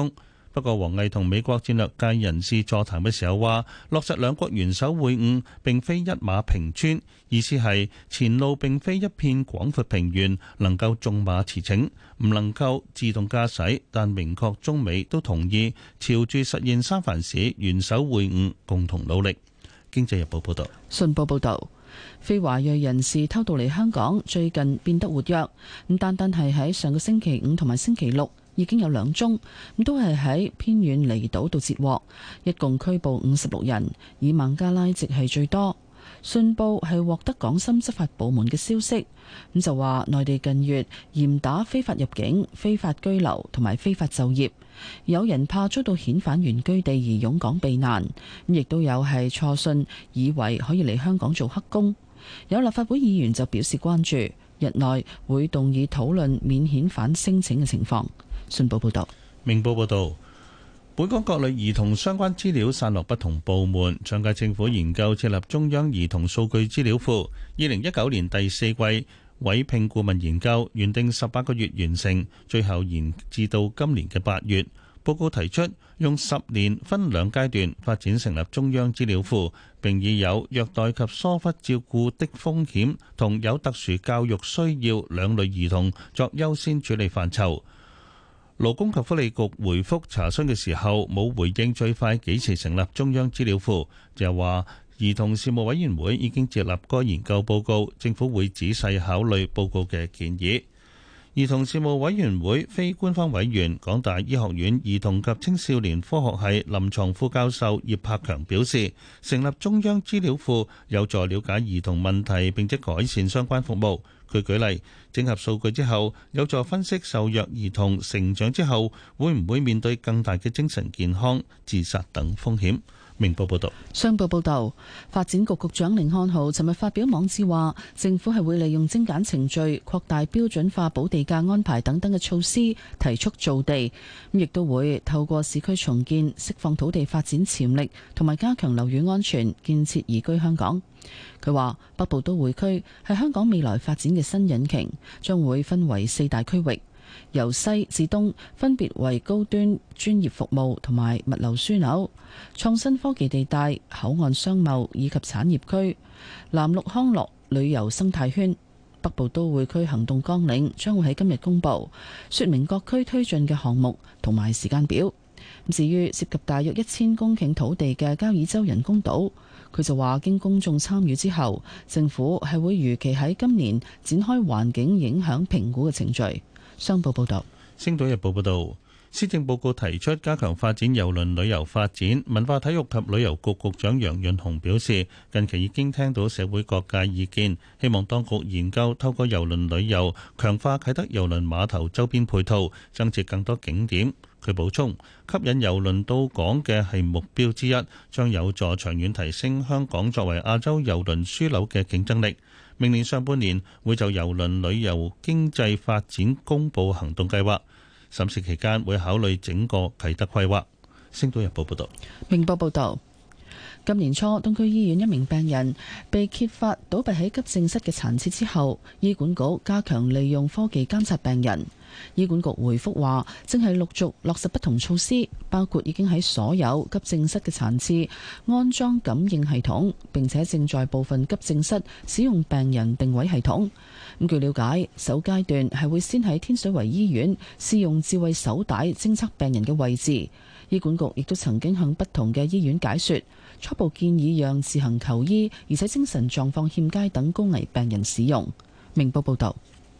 Speaker 4: 不過，王毅同美國戰略界人士座談嘅時候話，落實兩國元首會晤並非一馬平川，意思係前路並非一片廣闊平原，能夠縱馬馳騁，唔能夠自動駕駛，但明確中美都同意朝住實現三藩市元首會晤共同努力。經濟日報報道。
Speaker 3: 信報報導。非華裔人士偷渡嚟香港，最近變得活躍。咁單係喺上個星期五同埋星期六已經有2宗，咁都係喺偏遠離島度截獲，一共拘捕56人，以孟加拉籍係最多。信報係獲得港深執法部門嘅消息，咁就話內地近月嚴打非法入境、非法居留同埋非法就業，有人怕遭到遣返原居地而湧港避難，咁亦都有係錯信以為可以嚟香港做黑工。有立法會議員就表示關注，日內會動議討論免遣返申請嘅情況。信報報道。
Speaker 4: 明報報道。本港各類兒童相關資料散落不同部門，上屆政府研究設立中央兒童數據資料庫，2019年第4季委聘顧問研究，原定18個月完成，最後延至到今年嘅8月。報告提出用10年分2階段發展成立中央資料庫，並以有虐待及疏忽照顧的風險同有特殊教育需要2類兒童作優先處理範疇。勞工及福利局回覆查詢嘅時候冇回應最快幾時成立中央資料庫，就話兒童事務委員會已經接納該研究報告，政府會仔細考慮報告嘅建議。兒童事務委員會非官方委員、港大醫學院兒童及青少年科學系臨床副教授葉柏強表示，成立中央資料庫有助了解兒童問題並且改善相關服務。佢舉例，整合數據之後有助分析受虐兒童成長之後會唔會面對更大嘅精神健康、自殺等風險。明報報道。
Speaker 3: 商報報道，發展局局長甯漢豪尋日發表網誌話，政府係會利用精簡程序、擴大標準化補地價安排等等嘅措施，提速造地。咁亦都會透過市區重建釋放土地發展潛力，同埋加強樓宇安全，建設宜居香港。佢話北部都會區係香港未來發展嘅新引擎，將會分為4大區域，由西至東分別為高端專業服務同埋物流樞紐、創新科技地帶、口岸商貿以及產業區、藍綠康樂旅遊生態圈。北部都會區行動綱領將會喺今日公布，說明各區推進嘅項目同埋時間表。至於涉及大約1000公頃土地嘅交椅洲人工島，佢就話經公眾參與之後，政府係會如期喺今年展開環境影響評估嘅程序。商報報道。
Speaker 4: 星島日報報道，施政報告提出加強發展郵輪旅遊發展。文化體育及旅遊局局長楊潤雄表示，近期已經聽到社會各界意見，希望當局研究透過郵輪旅遊強化啟德郵輪碼頭周邊配套，增設更多景點。佢補充，吸引郵輪到港嘅係目標之一，將有助長遠提升香港作為亞洲郵輪樞紐嘅競爭力。明年上半年會就郵輪旅遊經濟發展公布行動計劃，審視期間會考慮整個啟德規劃。星島日報報道。
Speaker 3: 明報報道，今年初東區醫院一名病人被揭發倒斃喺急症室嘅殘廁之後，醫管局加強利用科技監察病人。醫管局回覆話，正係陸續落實不同措施，包括已經喺所有急症室嘅殘廁安裝感應系統，並且正在部分急症室使用病人定位系統。咁據了解，首階段係會先喺天水圍醫院試用智慧手帶偵測病人嘅位置。醫管局亦都曾經向不同嘅醫院解說，初步建議讓自行求醫而且精神狀況欠佳等高危病人使用。明報報道。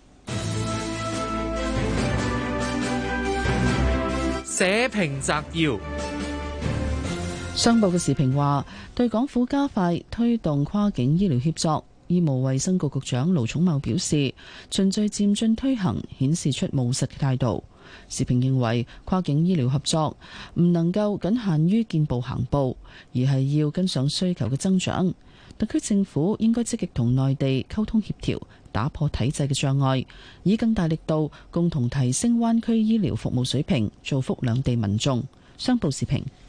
Speaker 13: 社評摘要：
Speaker 3: 商報嘅時評話，對港府加快推動跨境醫療協作，醫務衛生局局長盧寵茂表示，循序漸進推行，顯示出務實嘅態度。時評認為，跨境醫療合作唔能夠僅限於見步行步，而係要跟上需求嘅增長。特區政府應該積極同內地溝通協調，打破體制嘅障礙，以更大力度共同提升灣區醫療服務水平，造福兩地民眾。商報時評。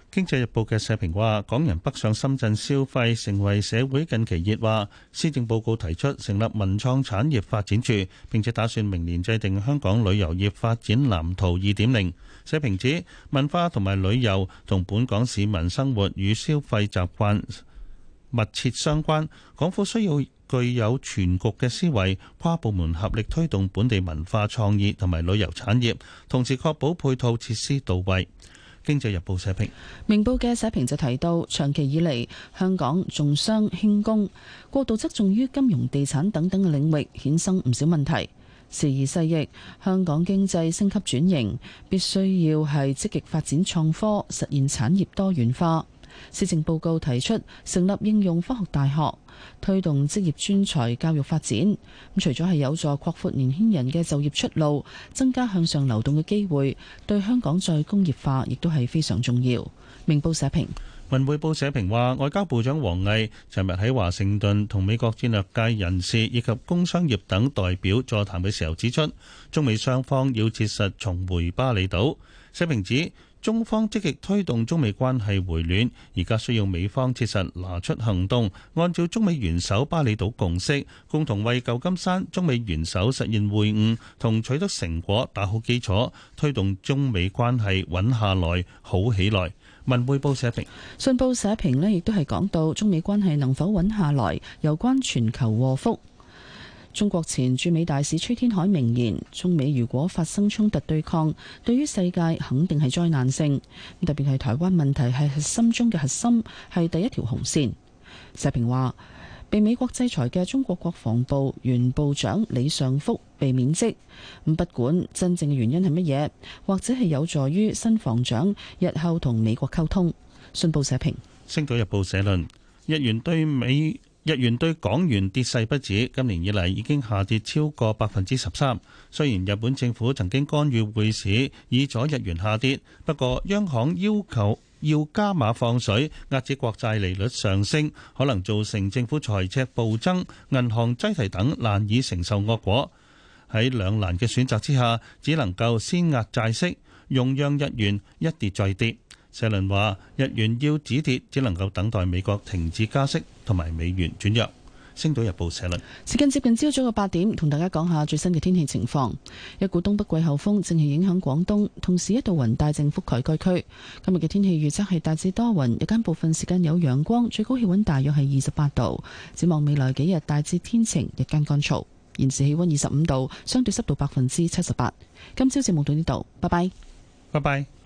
Speaker 4: 經濟日報嘅社評話，港人北上深圳消費成為社會近期熱話。施政報告提出成立文創產業發展處，並且打算明年制定香港旅遊業發展藍圖 2.0。社評指文化同埋旅遊同本港市民生活與消費習慣密切相關，港府需要具有全局嘅思維，跨部門合力推動本地文化創意同埋旅遊產業，同時確保配套設施到位。經濟日報社評。
Speaker 3: 明報嘅社評就提到，長期以嚟香港重商輕工，過度側重於金融、地產等等嘅領域，衍生唔少問題。時移世易，香港經濟升級轉型，必須要係積極發展創科，實現產業多元化。施政報告提出成立應用科學大學，推動職業專才教育發展。咁除咗係有助擴闊年輕人嘅就業出路，增加向上流動嘅機會，對香港再工業化亦都係非常重要。明報社評。
Speaker 4: 文匯報社評話，外交部長王毅尋日喺華盛頓同美國戰略界人士以及工商業等代表座談嘅時候指出，中美雙方要切實重回巴厘島。社評指，中方積極推動中美關係回暖，而家需要美方切實拿出行動，按照中美元首巴厘島共識，共同為舊金山中美元首實現會晤同取得成果打好基礎，推動中美關係穩下來、好起來。文匯報社評。
Speaker 3: 信報社評呢亦都係講到中美關係能否穩下來，有關全球禍福。中國前駐美大使崔天凱明言，中美如果發生衝突對抗，對於世界肯定係災難性。特別係台灣問題係核心中嘅核心，係第一條紅線。社評話，被美國制裁嘅中國國防部原部長李尚福被免職，不管真正嘅原因係乜嘢，或者係有助於新防長日後同美國溝通。信報社評。
Speaker 4: 星島日報社論，日元對港元跌勢不止，今年以嚟已經下跌超過13%。雖然日本政府曾經干預匯市以阻日元下跌，不過央行要求要加碼放水，壓止國債利率上升，可能造成政府財赤暴增、銀行擠提等難以承受惡果。喺兩難嘅選擇之下，只能夠先壓債息，容讓日元一跌再跌。社論話，日元要止跌，只能夠等待美國停止加息同埋美元轉弱。星島日報社論。
Speaker 3: 時間接近朝早嘅8點，同大家講下最新嘅天氣情況。一股東北季候風正係影響廣東，同時一道雲帶正覆蓋該區。今日嘅天氣預測係大致多雲，日間部分時間有陽光，最高氣溫大約係28度。展望未來幾日大致天晴，日間乾燥。現時氣溫25度，相對濕度78%。今朝節目到呢度，拜拜。
Speaker 4: 拜拜。